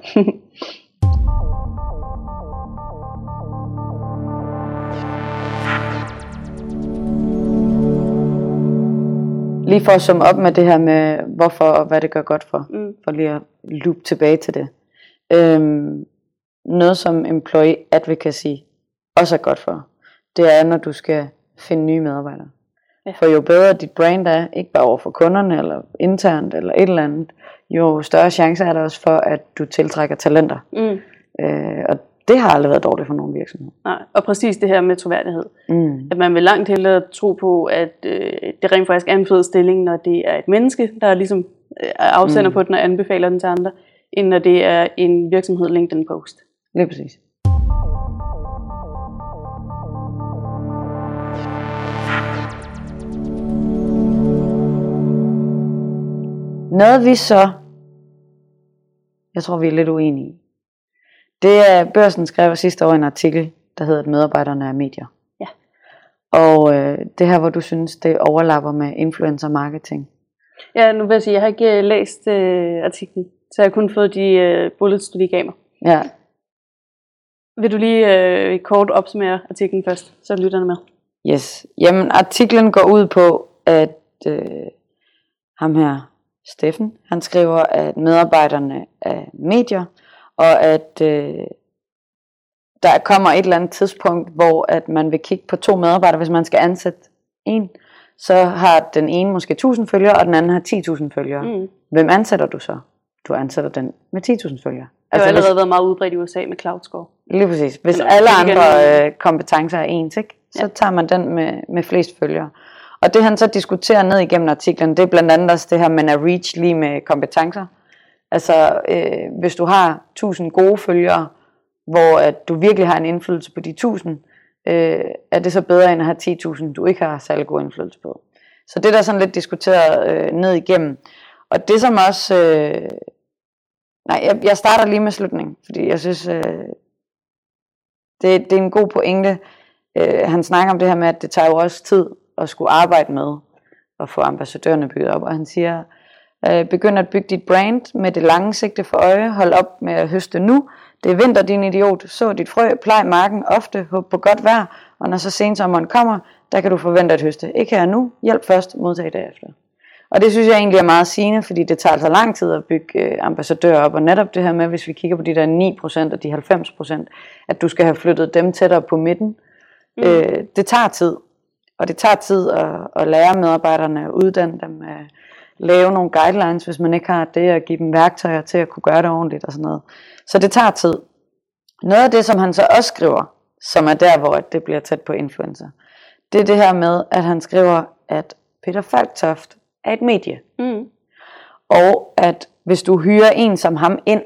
Lige for at summe op med det her med, hvorfor og hvad det gør godt for. Mm. For lige at loop tilbage til det. Øhm, noget som employee advocacy også er godt for, det er, når du skal finde nye medarbejdere. Ja. For jo bedre dit brand er, ikke bare over for kunderne, eller internt, eller et eller andet, jo større chance er der også for, at du tiltrækker talenter. Mm. Øh, og det har aldrig været dårligt for nogen virksomhed. Nej, og præcis det her med troværdighed. Mm. At man vil langt hellere tro på, at øh, det rent faktisk er en fed stilling, når det er et menneske, der ligesom øh, afsender mm. på den og anbefaler den til andre, end når det er en virksomhed LinkedIn post. Lige præcis. Noget vi så, jeg tror vi er lidt uenige, det er, Børsen skrev sidste år en artikel, der hedder, at medarbejderne er medier. Ja. Og øh, det her, hvor du synes, det overlapper med influencer marketing. Ja, nu vil jeg sige, jeg har ikke uh, læst uh, artiklen, så jeg har kun fået de uh, bullets, du lige gav mig. Ja. Vil du lige uh, kort opsummere artiklen først, så lytterne med? Yes. Jamen, artiklen går ud på, at øh, ham her, Steffen, han skriver, at medarbejderne er medier, og at øh, der kommer et eller andet tidspunkt, hvor at man vil kigge på to medarbejdere, hvis man skal ansætte en, så har den ene måske tusind følgere, og den anden har ti tusind følgere. Mm. Hvem ansætter du så? Du ansætter den med ti tusind følgere. Det har altså, allerede hvis, været meget udbredt i U S A med CloudScore. Lige præcis. Hvis Eller, alle andre øh, kompetencer er ens, ikke? Så ja. tager man den med, med flest følgere. Og det han så diskuterer ned igennem artiklen, det er blandt andet også det her, man er reach lige med kompetencer. Altså, øh, hvis du har tusind gode følgere, hvor at du virkelig har en indflydelse på de tusind, øh, er det så bedre end at have ti tusind, du ikke har særlig god indflydelse på. Så det der er sådan lidt diskuteret øh, ned igennem. Og det som også, øh, nej, jeg, jeg starter lige med slutningen, fordi jeg synes, øh, det, det er en god pointe. Øh, han snakker om det her med, at det tager jo også tid at skulle arbejde med at få ambassadørerne bygget op, og han siger, øh, begynd at bygge dit brand med det lange sigte for øje, hold op med at høste nu, det er vinter din idiot, så dit frø, plej marken ofte, håb på godt vejr, og når så sensommeren kommer, der kan du forvente at høste, ikke her nu, hjælp først, modtag derefter. Og det synes jeg egentlig er meget sigende, fordi det tager altså lang tid at bygge øh, ambassadører op, og netop det her med, hvis vi kigger på de der ni procent og de halvfems procent, at du skal have flyttet dem tættere på midten, mm. øh, det tager tid. Og det tager tid at, at lære medarbejderne at uddanne dem, at lave nogle guidelines, hvis man ikke har det, at give dem værktøjer til at kunne gøre det ordentligt og sådan noget. Så det tager tid. Noget af det, som han så også skriver, som er der, hvor det bliver tæt på influencer, det er det her med, at han skriver, at Peter Falktoft er et medie. Mm. Og at hvis du hyrer en som ham ind,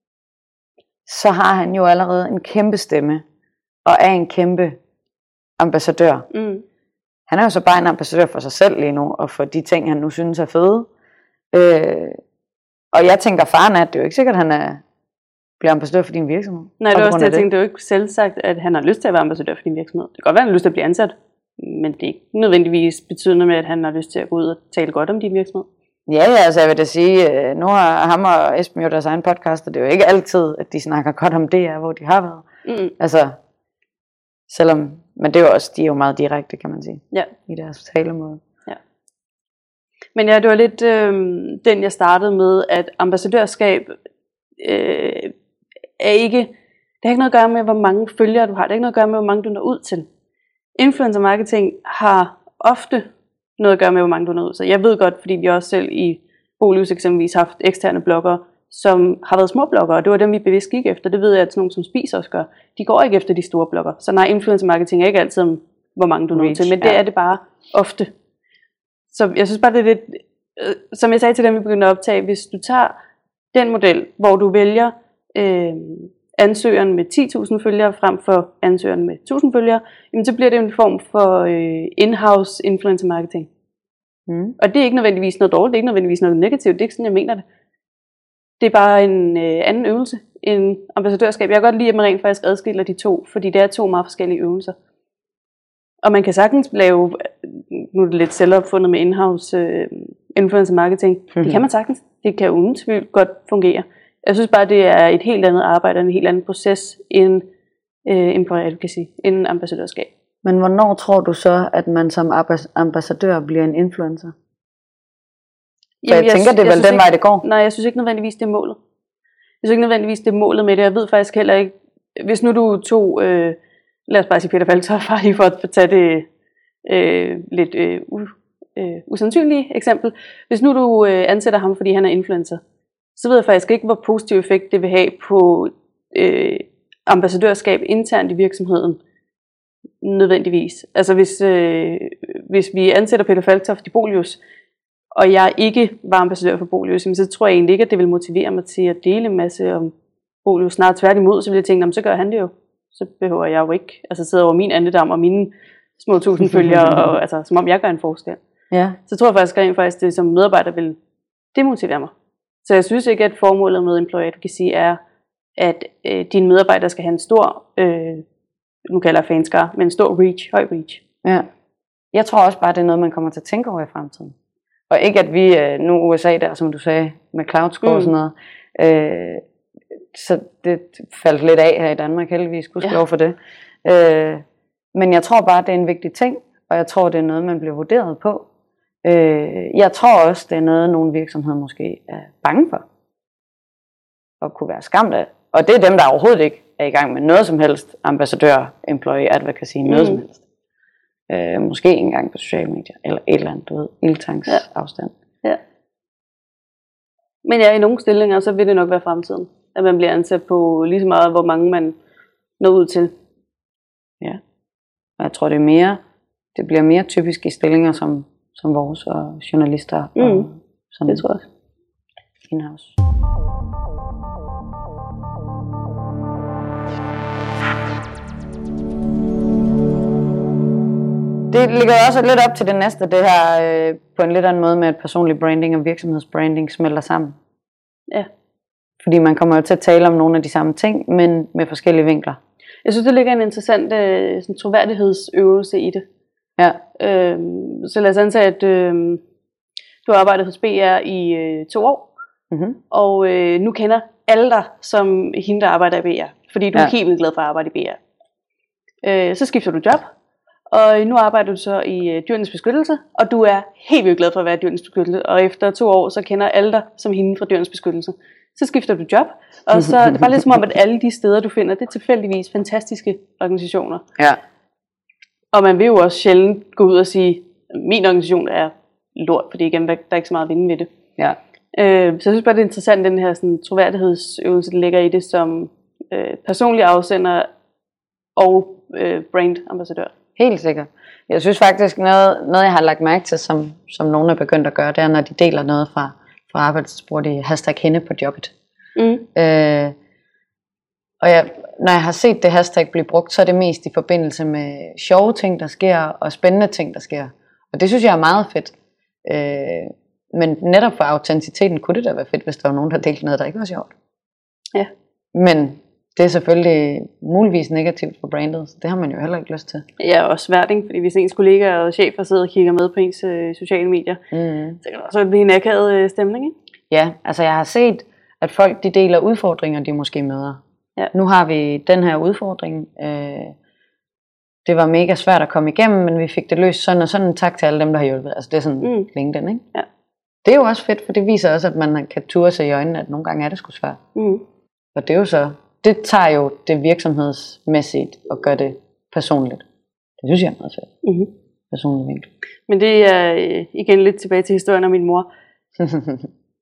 så har han jo allerede en kæmpe stemme, og er en kæmpe ambassadør. Mm. Han er jo så bare en ambassadør for sig selv lige nu, og for de ting, han nu synes er fede. Øh, og jeg tænker, faren er, at det er jo ikke sikkert, at han er, bliver ambassadør for din virksomhed. Nej, det er også det, jeg tænkte, det er jo ikke selv sagt, at han har lyst til at være ambassadør for din virksomhed. Det kan godt være, at han har lyst til at blive ansat, men det er ikke nødvendigvis betydende med, at han har lyst til at gå ud og tale godt om din virksomhed. Ja, ja, altså jeg vil da sige, nu har ham og Esben jo deres egen podcast, og det er jo ikke altid, at de snakker godt om det, hvor de har været. Mm. Altså, selvom, men det er jo også, de er jo meget direkte, kan man sige, ja. I deres talemåde. Ja. Men ja, det var lidt øh, den, jeg startede med, at ambassadørskab øh, er ikke, det har ikke noget at gøre med, hvor mange følgere du har, det har ikke noget at gøre med, hvor mange du når ud til. Influencer marketing har ofte noget at gøre med, hvor mange du når ud til. Jeg ved godt, fordi vi også selv i Bolivs eksempelvis har haft eksterne bloggere, som har været småbloggere, og det var dem, vi bevidst gik efter. Det ved jeg, at sådan nogle som Spis også gør. De går ikke efter de store blogger. Så nej, influencer marketing er ikke altid om, hvor mange du når til, men det ja. er det bare ofte. Så jeg synes bare, det er lidt, øh, som jeg sagde til dem, vi begyndte at optage, hvis du tager den model, hvor du vælger øh, ansøgeren med ti tusind følgere frem for ansøgeren med tusind følgere, jamen så bliver det en form for øh, in-house influencer marketing. Mm. Og det er ikke nødvendigvis noget dårligt, det er ikke nødvendigvis noget negativt, det er ikke sådan, jeg mener det. Det er bare en øh, anden øvelse end ambassadørskab. Jeg kan godt lide, at man rent faktisk adskiller de to, fordi det er to meget forskellige øvelser. Og man kan sagtens lave, nu er det lidt selvopfundet med in-house øh, influencer marketing, mm-hmm. det kan man sagtens. Det kan uden tvivl godt fungere. Jeg synes bare, det er et helt andet arbejde, en helt anden proces end øh, employer advocacy, end ambassadørskab. Men hvornår tror du så, at man som ambassadør bliver en influencer? For jeg, jeg tænker, det er vel den vej, det går. Nej, jeg synes ikke nødvendigvis, det er målet. Jeg synes ikke nødvendigvis, det er målet med det. Jeg ved faktisk heller ikke, hvis nu du tog, øh, lad os bare sige Peter Falktoft, bare lige for at tage det øh, lidt øh, u, øh, usandsynlige eksempel. Hvis nu du øh, ansætter ham, fordi han er influencer, så ved jeg faktisk ikke, hvor positiv effekt det vil have på øh, ambassadørskab internt i virksomheden. Nødvendigvis. Altså hvis, øh, hvis vi ansætter Peter Falktoft i Bolius, og jeg ikke var ambassadør for Bolius, så tror jeg egentlig ikke, at det vil motivere mig til at dele en masse om Bolius. Snart tværtimod, så vil jeg tænke, så gør han det jo. Så behøver jeg jo ikke altså sidde over min andedam og mine små tusind følgere, og, altså, som om jeg gør en forskel. Ja. Så tror jeg faktisk, at faktisk det som medarbejder vil demotivere mig. Så jeg synes ikke, at formålet med employer advocacy er, at øh, dine medarbejdere skal have en stor, øh, nu kalder jeg fanskare, men en stor reach, høj reach. Ja. Jeg tror også bare, det er noget, man kommer til at tænke over i fremtiden. Og ikke at vi, nu U S A der, som du sagde, med cloud score mm. og sådan noget, øh, så det faldt lidt af her i Danmark, heldigvis, gudskelov ja. for det. Øh, men jeg tror bare, det er en vigtig ting, og jeg tror, det er noget, man bliver vurderet på. Øh, jeg tror også, det er noget, nogle virksomheder måske er bange for, og kunne være skamt af. Og det er dem, der overhovedet ikke er i gang med noget som helst, ambassadør, employee advocacy, noget mm. som helst. Øh, måske ikke engang på sociale medier, eller et eller andet, du ved, ildtanks ja. afstand. Ja. Men ja, i nogle stillinger, så vil det nok være fremtiden, at man bliver ansat på lige så meget, hvor mange man når ud til. Ja, og jeg tror, det er mere, det bliver mere typisk i stillinger som, som vores, og journalister, mm. og sådan det tror jeg også. In-house. Det ligger også lidt op til det næste, det her øh, på en lidt anden måde med, at personlig branding og virksomhedsbranding smelter sammen. Ja. Fordi man kommer jo til at tale om nogle af de samme ting, men med forskellige vinkler. Jeg synes, det ligger en interessant øh, sådan troværdighedsøvelse i det. Ja. Øhm, så lad os antage, at øh, du har arbejdet hos B R i øh, to år, mm-hmm. og øh, nu kender alle dig som hende, der arbejder i B R, fordi du ja. er helt vildt glad for at arbejde i B R. Øh, så skifter du job. Og nu arbejder du så i øh, Dyrenes Beskyttelse, og du er helt vildt glad for at være i Dyrenes Beskyttelse. Og efter to år, så kender alle dig som hende fra Dyrenes Beskyttelse. Så skifter du job, og så det er bare lidt som om, at alle de steder, du finder, det er tilfældigvis fantastiske organisationer. Ja. Og man vil jo også sjældent gå ud og sige, at min organisation er lort, fordi igen, der er ikke så meget at vinde ved det. Ja. Øh, så jeg synes bare, det er interessant, den her sådan, troværdighedsøvelse, der ligger i det som øh, personlig afsender og øh, brandambassadør. Helt sikkert. Jeg synes faktisk, noget, noget jeg har lagt mærke til, som, som nogen er begyndt at gøre, det er, når de deler noget fra, fra arbejdet, så bruger de hashtag hende på jobbet. Mm. Øh, og jeg, når jeg har set det hashtag blive brugt, så er det mest i forbindelse med sjove ting, der sker, og spændende ting, der sker. Og det synes jeg er meget fedt. Øh, men netop for autenticiteten kunne det da være fedt, hvis der var nogen, der delte noget, der ikke var sjovt. Ja. Men det er selvfølgelig muligvis negativt for brandet, så det har man jo heller ikke lyst til. Ja, og svært, ikke? Fordi hvis ens kollega og chefer sidder og kigger med på ens øh, sociale medier, mm. så kan det også blive en akavet øh, stemning, ikke? Ja, altså jeg har set, at folk de deler udfordringer, de måske møder. Ja. Nu har vi den her udfordring. Øh, det var mega svært at komme igennem, men vi fik det løst sådan og sådan. Tak til alle dem, der har hjulpet. Altså det er sådan mm. LinkedIn, ikke? Ja. Det er jo også fedt, for det viser også, at man kan ture sig i øjnene, at nogle gange er det sgu svært. Mm. Og det er jo så... Det tager jo det virksomhedsmæssigt og gør det personligt. Det synes jeg er meget fedt. Mm-hmm. Personlig vinkel. Men det er igen lidt tilbage til historien om min mor.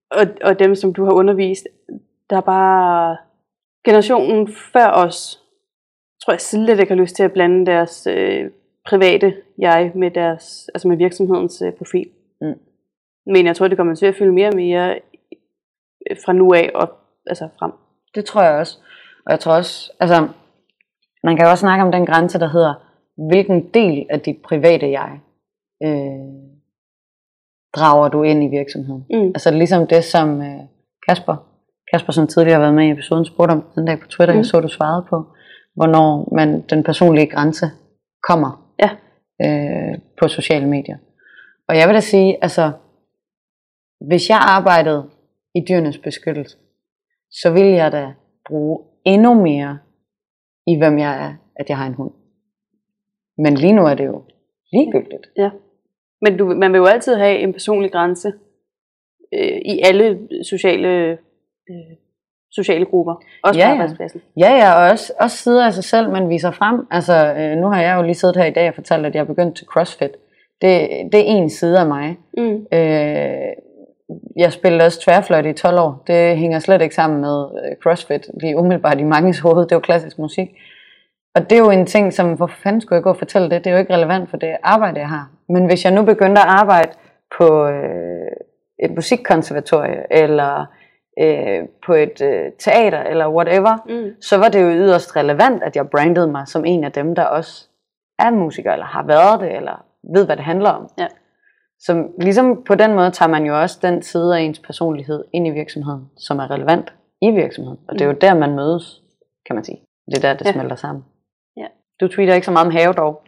og, og dem, som du har undervist, der er bare generationen før os, tror jeg slet ikke har lyst til at blande deres øh, private jeg med deres, altså med virksomhedens øh, profil. Mm. Men jeg tror, det kommer til at fylde mere og mere fra nu af og altså frem. Det tror jeg også. Og jeg tror også, altså, man kan jo også snakke om den grænse, der hedder, hvilken del af dit private jeg øh, drager du ind i virksomheden. Mm. Altså ligesom det, som øh, Kasper, Kasper, som tidligere har været med i episoden, spurgte om den dag på Twitter, mm. jeg så, du svarede på, hvornår man, den personlige grænse kommer ja. øh, på sociale medier. Og jeg vil da sige, altså, hvis jeg arbejdede i dyrenes beskyttelse, så ville jeg da bruge endnu mere i, hvem jeg er, at jeg har en hund. Men lige nu er det jo ligegyldigt. Ja. Men du, man vil jo altid have en personlig grænse øh, i alle sociale, øh, sociale grupper. Også ja, på arbejdspladsen. Ja, ja, og også, også sider af sig selv, man viser frem. Altså, øh, nu har jeg jo lige siddet her i dag og fortalt, at jeg er begyndt til CrossFit. Det, det er en side af mig. Mm. Øh, jeg spillede også tværfløjt i tolv år. Det hænger slet ikke sammen med CrossFit. Lige umiddelbart i manges hoved. Det er jo klassisk musik. Og det er jo en ting, som, hvor fanden skulle jeg gå og fortælle det? Det er jo ikke relevant for det arbejde, jeg har. Men hvis jeg nu begyndte at arbejde på øh, et musikkonservatorie, eller øh, på et øh, teater, eller whatever, mm. så var det jo yderst relevant, at jeg brandede mig som en af dem, der også er musiker, eller har været det, eller ved, hvad det handler om. Ja. Så ligesom på den måde tager man jo også den side af ens personlighed ind i virksomheden, som er relevant i virksomheden. Og det er jo der, man mødes, kan man sige. Det er der, det ja. smelter sammen. Ja. Du tweeter ikke så meget om have dog.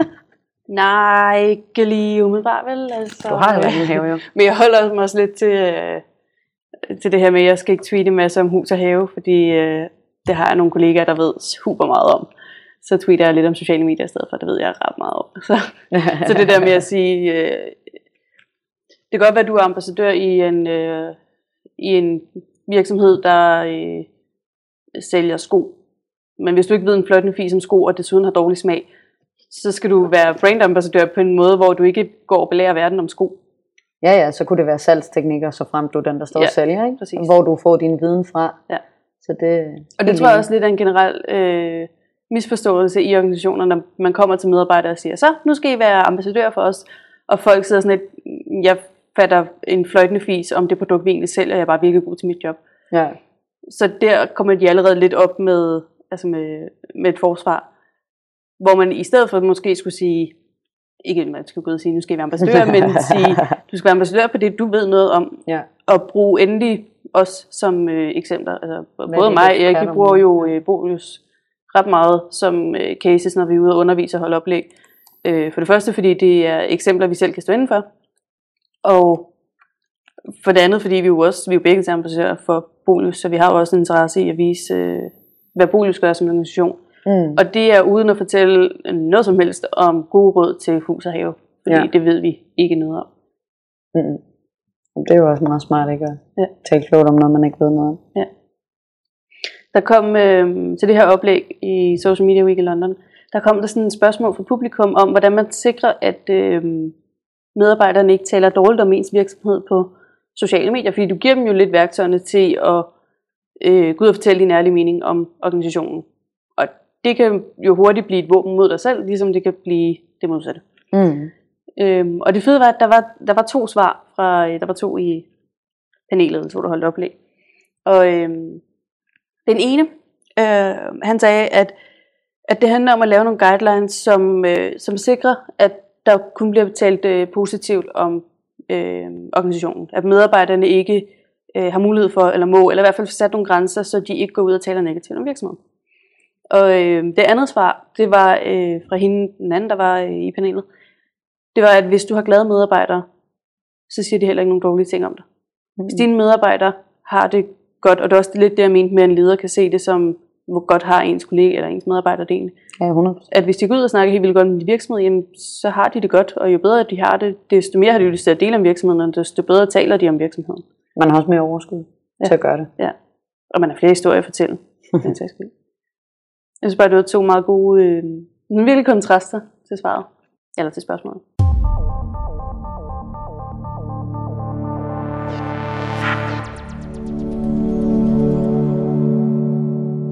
Nej, ikke lige umiddelbart vel. Altså, du har jo ikke en have jo. Men jeg holder mig også lidt til, øh, til det her med, at jeg skal ikke tweete en masse om hus og have, fordi øh, det har jeg nogle kollegaer, der ved super meget om. Så tweeter jeg lidt om sociale medier i stedet for, det ved jeg ret meget om. Så, så det der med at sige, øh, det kan godt være, at du er ambassadør i en, øh, i en virksomhed, der øh, sælger sko. Men hvis du ikke ved en fløjtende fis om sko, og desuden har dårlig smag, så skal du være brandambassadør på en måde, hvor du ikke går og belærer verden om sko. Ja, ja, så kunne det være salgsteknikker, så frem du den, der står ja, og sælger, ikke? Præcis. Hvor du får din viden fra. Ja. Så det, og det tror jeg også lidt er en generel øh, misforståelse i organisationer, når man kommer til medarbejdere og siger, så nu skal I være ambassadør for os, og folk sidder sådan lidt, jeg fatter en fløjtende fis om det produkt, vi egentlig sælger, og jeg er bare virkelig god til mit job. Ja. Så der kommer de allerede lidt op med, altså med, med et forsvar, hvor man i stedet for måske skulle sige, ikke man skal gå ud og sige, nu skal vi være ambassadør, men sige, du skal være ambassadør på det, du ved noget om, ja. Og bruge endelig os som øh, eksempler. Altså, både mig og Erik, vi bruger jo øh, Bolius ret meget som øh, cases, når vi er ude og undervise og holde oplæg. Øh, for det første, fordi det er eksempler, vi selv kan stå inden for, og for det andet, fordi vi jo også, vi er jo begge ambassadører for Bolius, så vi har jo også en interesse i at vise, øh, hvad Bolius gør som en organisation. Mm. Og det er uden at fortælle noget som helst om gode råd til hus og have, fordi ja. Det ved vi ikke noget om. Mm. Det er jo også meget smart, ikke? At ja. Tale klogt om noget, man ikke ved noget om. Ja. Der kom øh, til det her oplæg i Social Media Week i London, der kom der sådan et spørgsmål fra publikum om, hvordan man sikrer, at øh, medarbejderne ikke taler dårligt om ens virksomhed på sociale medier, fordi du giver dem jo lidt værktøjerne til at øh, gå ud og fortælle din ærlige mening om organisationen. Og det kan jo hurtigt blive et våben mod dig selv, ligesom det kan blive det modsatte. Mm. Øhm, og det fede var, at der var, der var to svar, fra, der var to i panelet, to der holdt oplæg. Og øhm, den ene, øh, han sagde, at, at det handler om at lave nogle guidelines, som, øh, som sikrer, at der kun bliver talt øh, positivt om øh, organisationen. At medarbejderne ikke øh, har mulighed for, eller må, eller i hvert fald sat nogle grænser, så de ikke går ud og taler negativt om virksomheden. Og øh, det andet svar, det var øh, fra hende, den anden, der var øh, i panelet. Det var, at hvis du har glade medarbejdere, så siger de heller ikke nogen dårlige ting om dig. Mm. Hvis dine medarbejdere har det godt, og det er også lidt det, jeg mente med, at en leder kan se det som, hvor godt har ens kollega eller ens medarbejder det egentlig. Ja, hundrede procent. At hvis de går ud og snakker helt vildt godt om din virksomhed, jamen, så har de det godt, og jo bedre de har det, desto mere har de lyst til at dele om virksomheden, og desto bedre taler de om virksomheden. Man har også mere overskud ja. Til at gøre det. Ja, og man har flere historier at fortælle. Jeg synes bare, det var to meget gode, øh, virkelig kontraster til svaret, eller til spørgsmålet.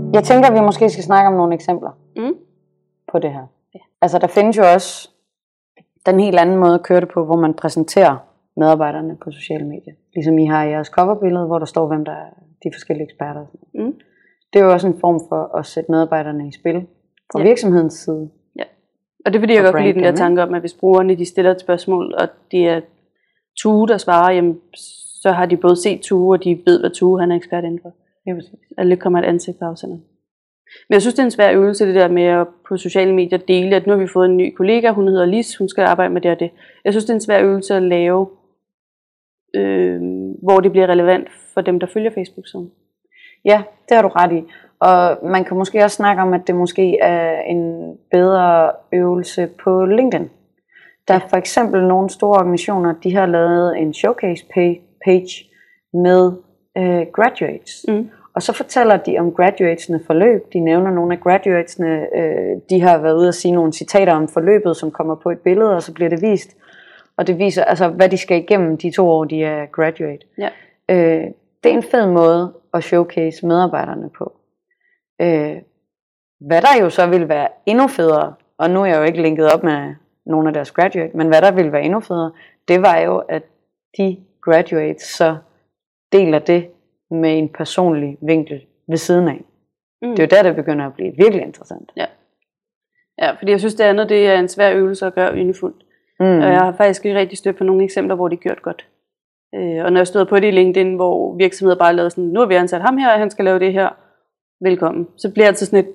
Jeg tænker, at vi måske skal snakke om nogle eksempler mm. på det her. Ja. Altså, der findes jo også den helt anden måde at køre det på, hvor man præsenterer medarbejderne på sociale medier. Ligesom I har i jeres coverbillede, hvor der står, hvem der er de forskellige eksperter. Mm. Det er jo også en form for at sætte medarbejderne i spil fra ja. virksomhedens side. Ja, og det er fordi, jeg godt kan lide den der tanke om, at hvis brugerne de stiller et spørgsmål, og det er Tue, der svarer, jamen, så har de både set Tue, og de ved, hvad Tue han er ekspert inden for. Det er præcis. Alle kommer et ansigt på afsenderen. Men jeg synes, det er en svær øvelse, det der med at på sociale medier dele, at nu har vi fået en ny kollega, hun hedder Lis, hun skal arbejde med det og det. Jeg synes, det er en svær øvelse at lave, øh, hvor det bliver relevant for dem, der følger Facebook-siden. Ja, det har du ret i. Og man kan måske også snakke om, at det måske er en bedre øvelse på LinkedIn. Der er for eksempel nogle store organisationer, de har lavet en showcase page med øh, graduates. Mm. Og så fortæller de om graduatesne forløb. De nævner nogle af graduatesne, øh, de har været ude at sige nogle citater om forløbet, som kommer på et billede, og så bliver det vist. Og det viser, altså, hvad de skal igennem de to år, de er graduate. Ja. Øh, det er en fed måde at showcase medarbejderne på. Øh, hvad der jo så vil være endnu federe, og nu er jeg jo ikke linket op med nogle af deres graduate, men hvad der ville være endnu federe, det var jo, at de graduates så deler det med en personlig vinkel ved siden af. Mm. Det er jo der, det begynder at blive virkelig interessant. Ja, ja, fordi jeg synes, det andet det er en svær øvelse at gøre ynefuldt. Mm. Og jeg har faktisk ikke rigtig stødt på nogle eksempler, hvor det gjort godt. Øh, og når jeg stod på det i LinkedIn, hvor virksomheder bare lavede sådan, nu har vi ansat ham her, og han skal lave det her, velkommen. Så bliver det altid sådan et,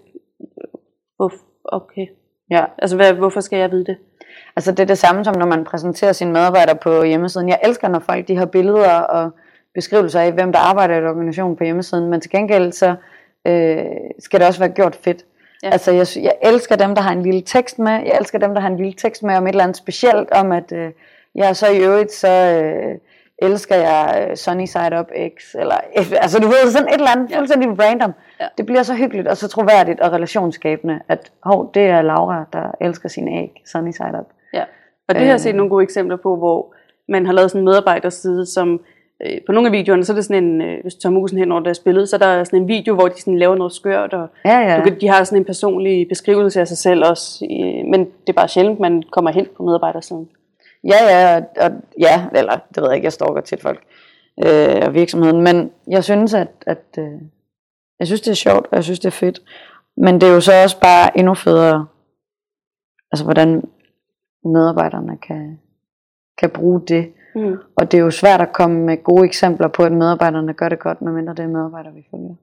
okay. Ja. Altså, hvad, hvorfor skal jeg vide det? Altså, det er det samme som, når man præsenterer sine medarbejdere på hjemmesiden. Jeg elsker, når folk de har billeder og beskrivelser af, hvem der arbejder i et organisation på hjemmesiden, men til gengæld så øh, skal det også være gjort fedt. Ja. Altså, jeg, jeg elsker dem, der har en lille tekst med. Jeg elsker dem, der har en lille tekst med om et eller andet specielt, om at øh, jeg så i øvrigt, så øh, elsker jeg øh, Sunny Side Up X, eller altså du ved, sådan et eller andet, ja. Fuldstændig random. Ja. Det bliver så hyggeligt og så troværdigt og relationsskabende, at hov, det er Laura, der elsker sin æg, Sunny Side Up. Ja, og det har jeg set nogle gode eksempler på, hvor man har lavet sådan en medarbejderside, som øh, på nogle af videoerne, så er det sådan en, øh, hvis du tager musen hen over deres billede, så er der sådan en video, hvor de sådan laver noget skørt, og ja, ja. Du kan, de har sådan en personlig beskrivelse af sig selv også, øh, men det er bare sjældent, man kommer hen på medarbejdersiden. Ja, ja, og, ja, eller det ved jeg ikke, jeg stalker tit folk øh, og virksomheden, men jeg synes, at, at øh, jeg synes, det er sjovt, og jeg synes, det er fedt, men det er jo så også bare endnu federe, altså hvordan medarbejderne kan, kan bruge det, mm. og det er jo svært at komme med gode eksempler på, at medarbejderne gør det godt, medmindre det er medarbejdere, vi følger.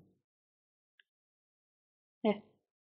Ja.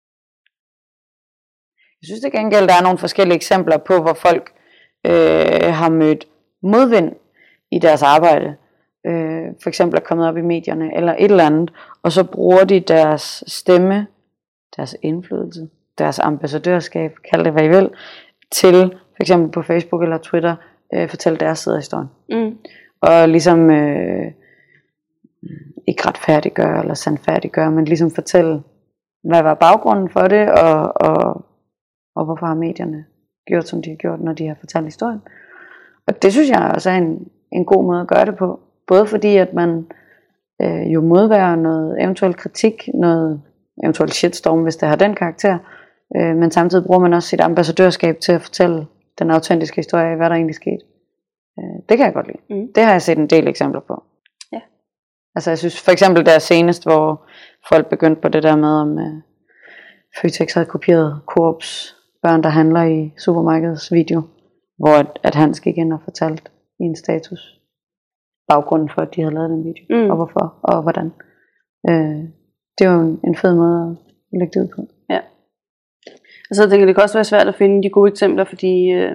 Jeg synes til gengæld, der er nogle forskellige eksempler på, hvor folk Øh, har mødt modvind i deres arbejde, øh, for eksempel er kommet op i medierne eller et eller andet, og så bruger de deres stemme, deres indflydelse, deres ambassadørskab, kald det hvad I vil, til for eksempel på Facebook eller Twitter øh, fortælle deres side af historien. Mm. Og ligesom øh, ikke retfærdiggøre eller sandfærdiggøre, men ligesom fortælle, hvad var baggrunden for det, og, og, og hvorfor har medierne gjort, som de har gjort, når de har fortalt historien. Og det synes jeg også er en, en god måde at gøre det på. Både fordi, at man øh, jo modværer noget eventuel kritik, noget eventuelt shitstorm, hvis det har den karakter, øh, men samtidig bruger man også sit ambassadørskab til at fortælle den autentiske historie af, hvad der egentlig skete. Øh, det kan jeg godt lide. Mm. Det har jeg set en del eksempler på. Ja. Altså jeg synes for eksempel der senest, hvor folk begyndte på det der med, om øh, Føtex havde kopieret Coops børn, der handler i supermarkedets video, hvor at, at Hans gik ind og fortalte i en status baggrunden for, at de havde lavet den video, mm. og hvorfor, og hvordan. Øh, det er jo en, en fed måde at lægge det ud på. Ja. Og så tænker jeg, det kan også være svært at finde de gode eksempler, fordi, øh,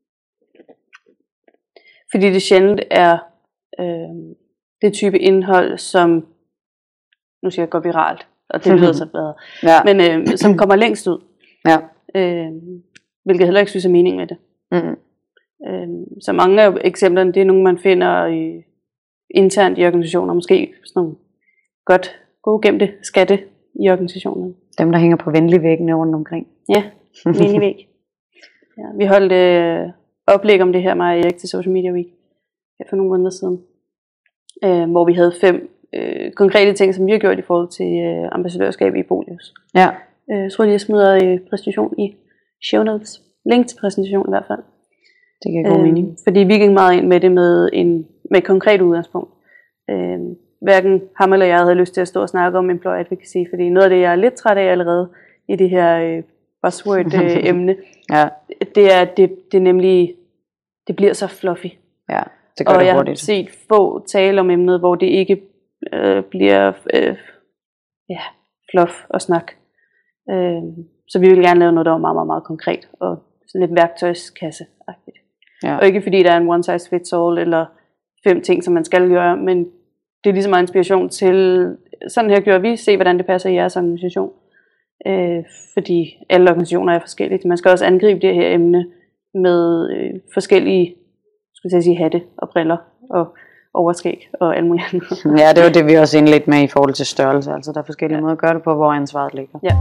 fordi det sjældent er øh, det type indhold, som, nu siger jeg, går viralt, og det lyder så bedre, ja. men øh, som kommer længst ud. Ja. Øh, hvilket heller ikke synes er mening med det. Mm. Øh, så mange af eksemplerne, det er nogle man finder i, internt i organisationer, måske sådan nogle godt gode gemte skatte i organisationen. Dem der hænger på venligvæggene rundt omkring. Ja, venligvæg. Ja, vi holdt øh, oplæg om det her med Erik til Social Media Week for nogle måneder siden, øh, hvor vi havde fem øh, konkrete ting, som vi har gjort i forhold til øh, ambassadørskab i Bolius. Ja. Øh, jeg tror lige, jeg smider øh, præsentation i show notes. Link til præsentation i hvert fald. Det giver god øh, mening. Fordi vi gik meget ind med det med, en, med et konkret udgangspunkt. Øh, hverken ham eller jeg havde lyst til at stå og snakke om employee advocacy, fordi noget af det, jeg er lidt træt af allerede i det her øh, buzzword-emne, øh, ja. det er, det, det er nemlig, det bliver så fluffy. Ja, det gør og det jeg hurtigt. har set få tale om emnet, hvor det ikke øh, bliver øh, ja, fluff og snak. Øh, så vi vil gerne lave noget, der er meget, meget, meget konkret, og sådan lidt værktøjskasse-agtigt. Ja. Og ikke fordi der er en one size fits all, eller fem ting, som man skal gøre, men det er lige så meget inspiration til, sådan her gør vi, se hvordan det passer i jeres organisation. Øh, fordi alle organisationer er forskellige. Man skal også angribe det her emne med øh, forskellige, skal jeg sige, hatte og briller og overskæg og alt muligt andet. Ja, det var det, vi også indledte med i forhold til størrelse. Altså der er forskellige ja. måder at gøre det på, hvor ansvaret ligger. Ja.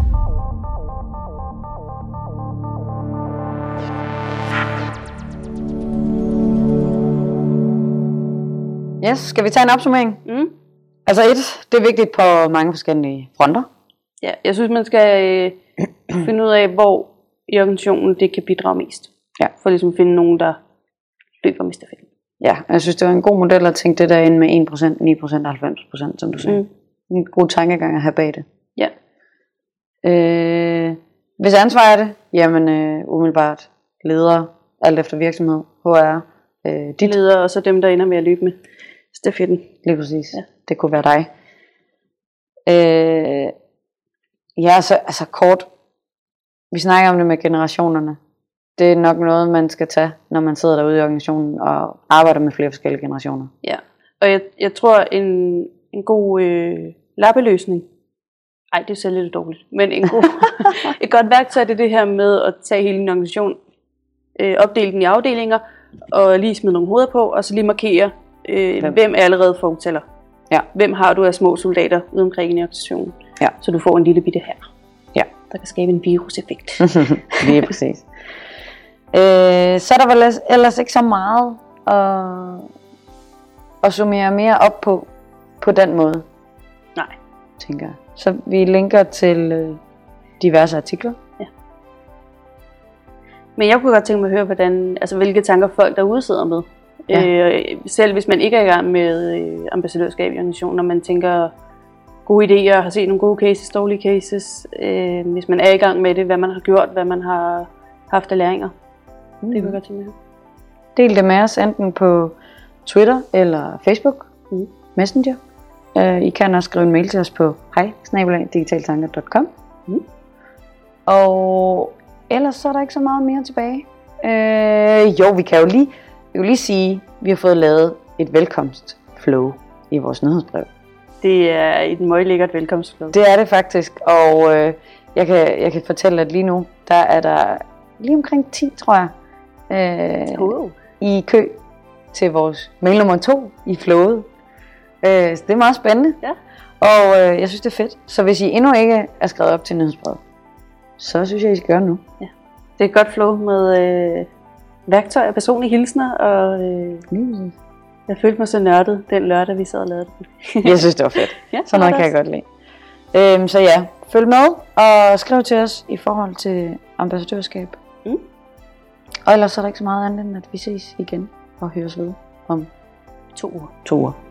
Yes, skal vi tage en opsummering? Mm. Altså et, det er vigtigt på mange forskellige fronter. Ja, jeg synes, man skal øh, finde ud af, hvor i organisationen det kan bidrage mest. Ja. For ligesom at finde nogen, der løber med stafetten. Ja, jeg synes, det var en god model at tænke det der ind med en procent, ni procent og halvfems procent, som du sagde. Mm. En god tankegang at have bag det. Ja. Øh, hvis ansvar er det, jamen øh, umiddelbart ledere, alt efter virksomhed, H R, øh, dit. Ledere, og så dem, der ender med at løbe med stafetten. Lige præcis. Ja. Det kunne være dig. Øh, ja, så altså kort. Vi snakker om det med generationerne. Det er nok noget, man skal tage, når man sidder derude i organisationen og arbejder med flere forskellige generationer. Ja, og jeg, jeg tror, en, en god øh, lappeløsning, ej, det er selv lidt dårligt, men en god, et godt værktøj, det er det her med at tage hele en organisation, øh, opdele den i afdelinger, og lige smide nogle hoveder på, og så lige markere, øh, hvem? hvem er allerede fortæller. Ja. Hvem har du af små soldater ude omkring i organisationen, ja. Så du får en lille bitte her, ja. der kan skabe en viruseffekt. Lige præcis. Øh, så er der vel ellers ikke så meget at, at summere mere op på, på den måde. Nej. Tænker jeg. Så vi linker til øh, diverse artikler. Ja. Men jeg kunne godt tænke mig at høre, hvordan, altså, hvilke tanker folk derude sidder med. Ja. Øh, selv hvis man ikke er i gang med øh, ambassadørskab i organisationen, når man tænker gode idéer, har set nogle gode cases, dårlige cases. Øh, hvis man er i gang med det, hvad man har gjort, hvad man har haft af læringer. Mm. Det kunne jeg godt tænke mig. Del det med os enten på Twitter eller Facebook, mm. Messenger. Uh, I kan også skrive en mail til os på hej snabel-a digitaltanker punktum com. Mm. Og ellers så er der ikke så meget mere tilbage. Uh, jo, vi kan jo lige, vi kan jo lige sige, at vi har fået lavet et velkomstflow i vores nyhedsbrev. Det er et meget lækkert velkomstflow. Det er det faktisk, og uh, jeg, kan, jeg kan fortælle, at lige nu, der er der lige omkring ti, tror jeg, uh, uh. i kø til vores mail nummer to i flowet. Øh, så det er meget spændende, ja. Og øh, jeg synes det er fedt. Så hvis I endnu ikke er skrevet op til nyhedsbrevet, så synes jeg I skal gøre det nu. Ja. Det er et godt flow med øh, værktøj og personlige hilsner, og øh, lige jeg følte mig så nørdet den lørdag vi sad og lavede det. Jeg synes det var fedt. Ja, så noget kan jeg godt lide. øhm, Så ja, følg med og skriv til os i forhold til ambassadørskab. mm. Og ellers er der ikke så meget andet end at vi ses igen og høres ved om to uger To uger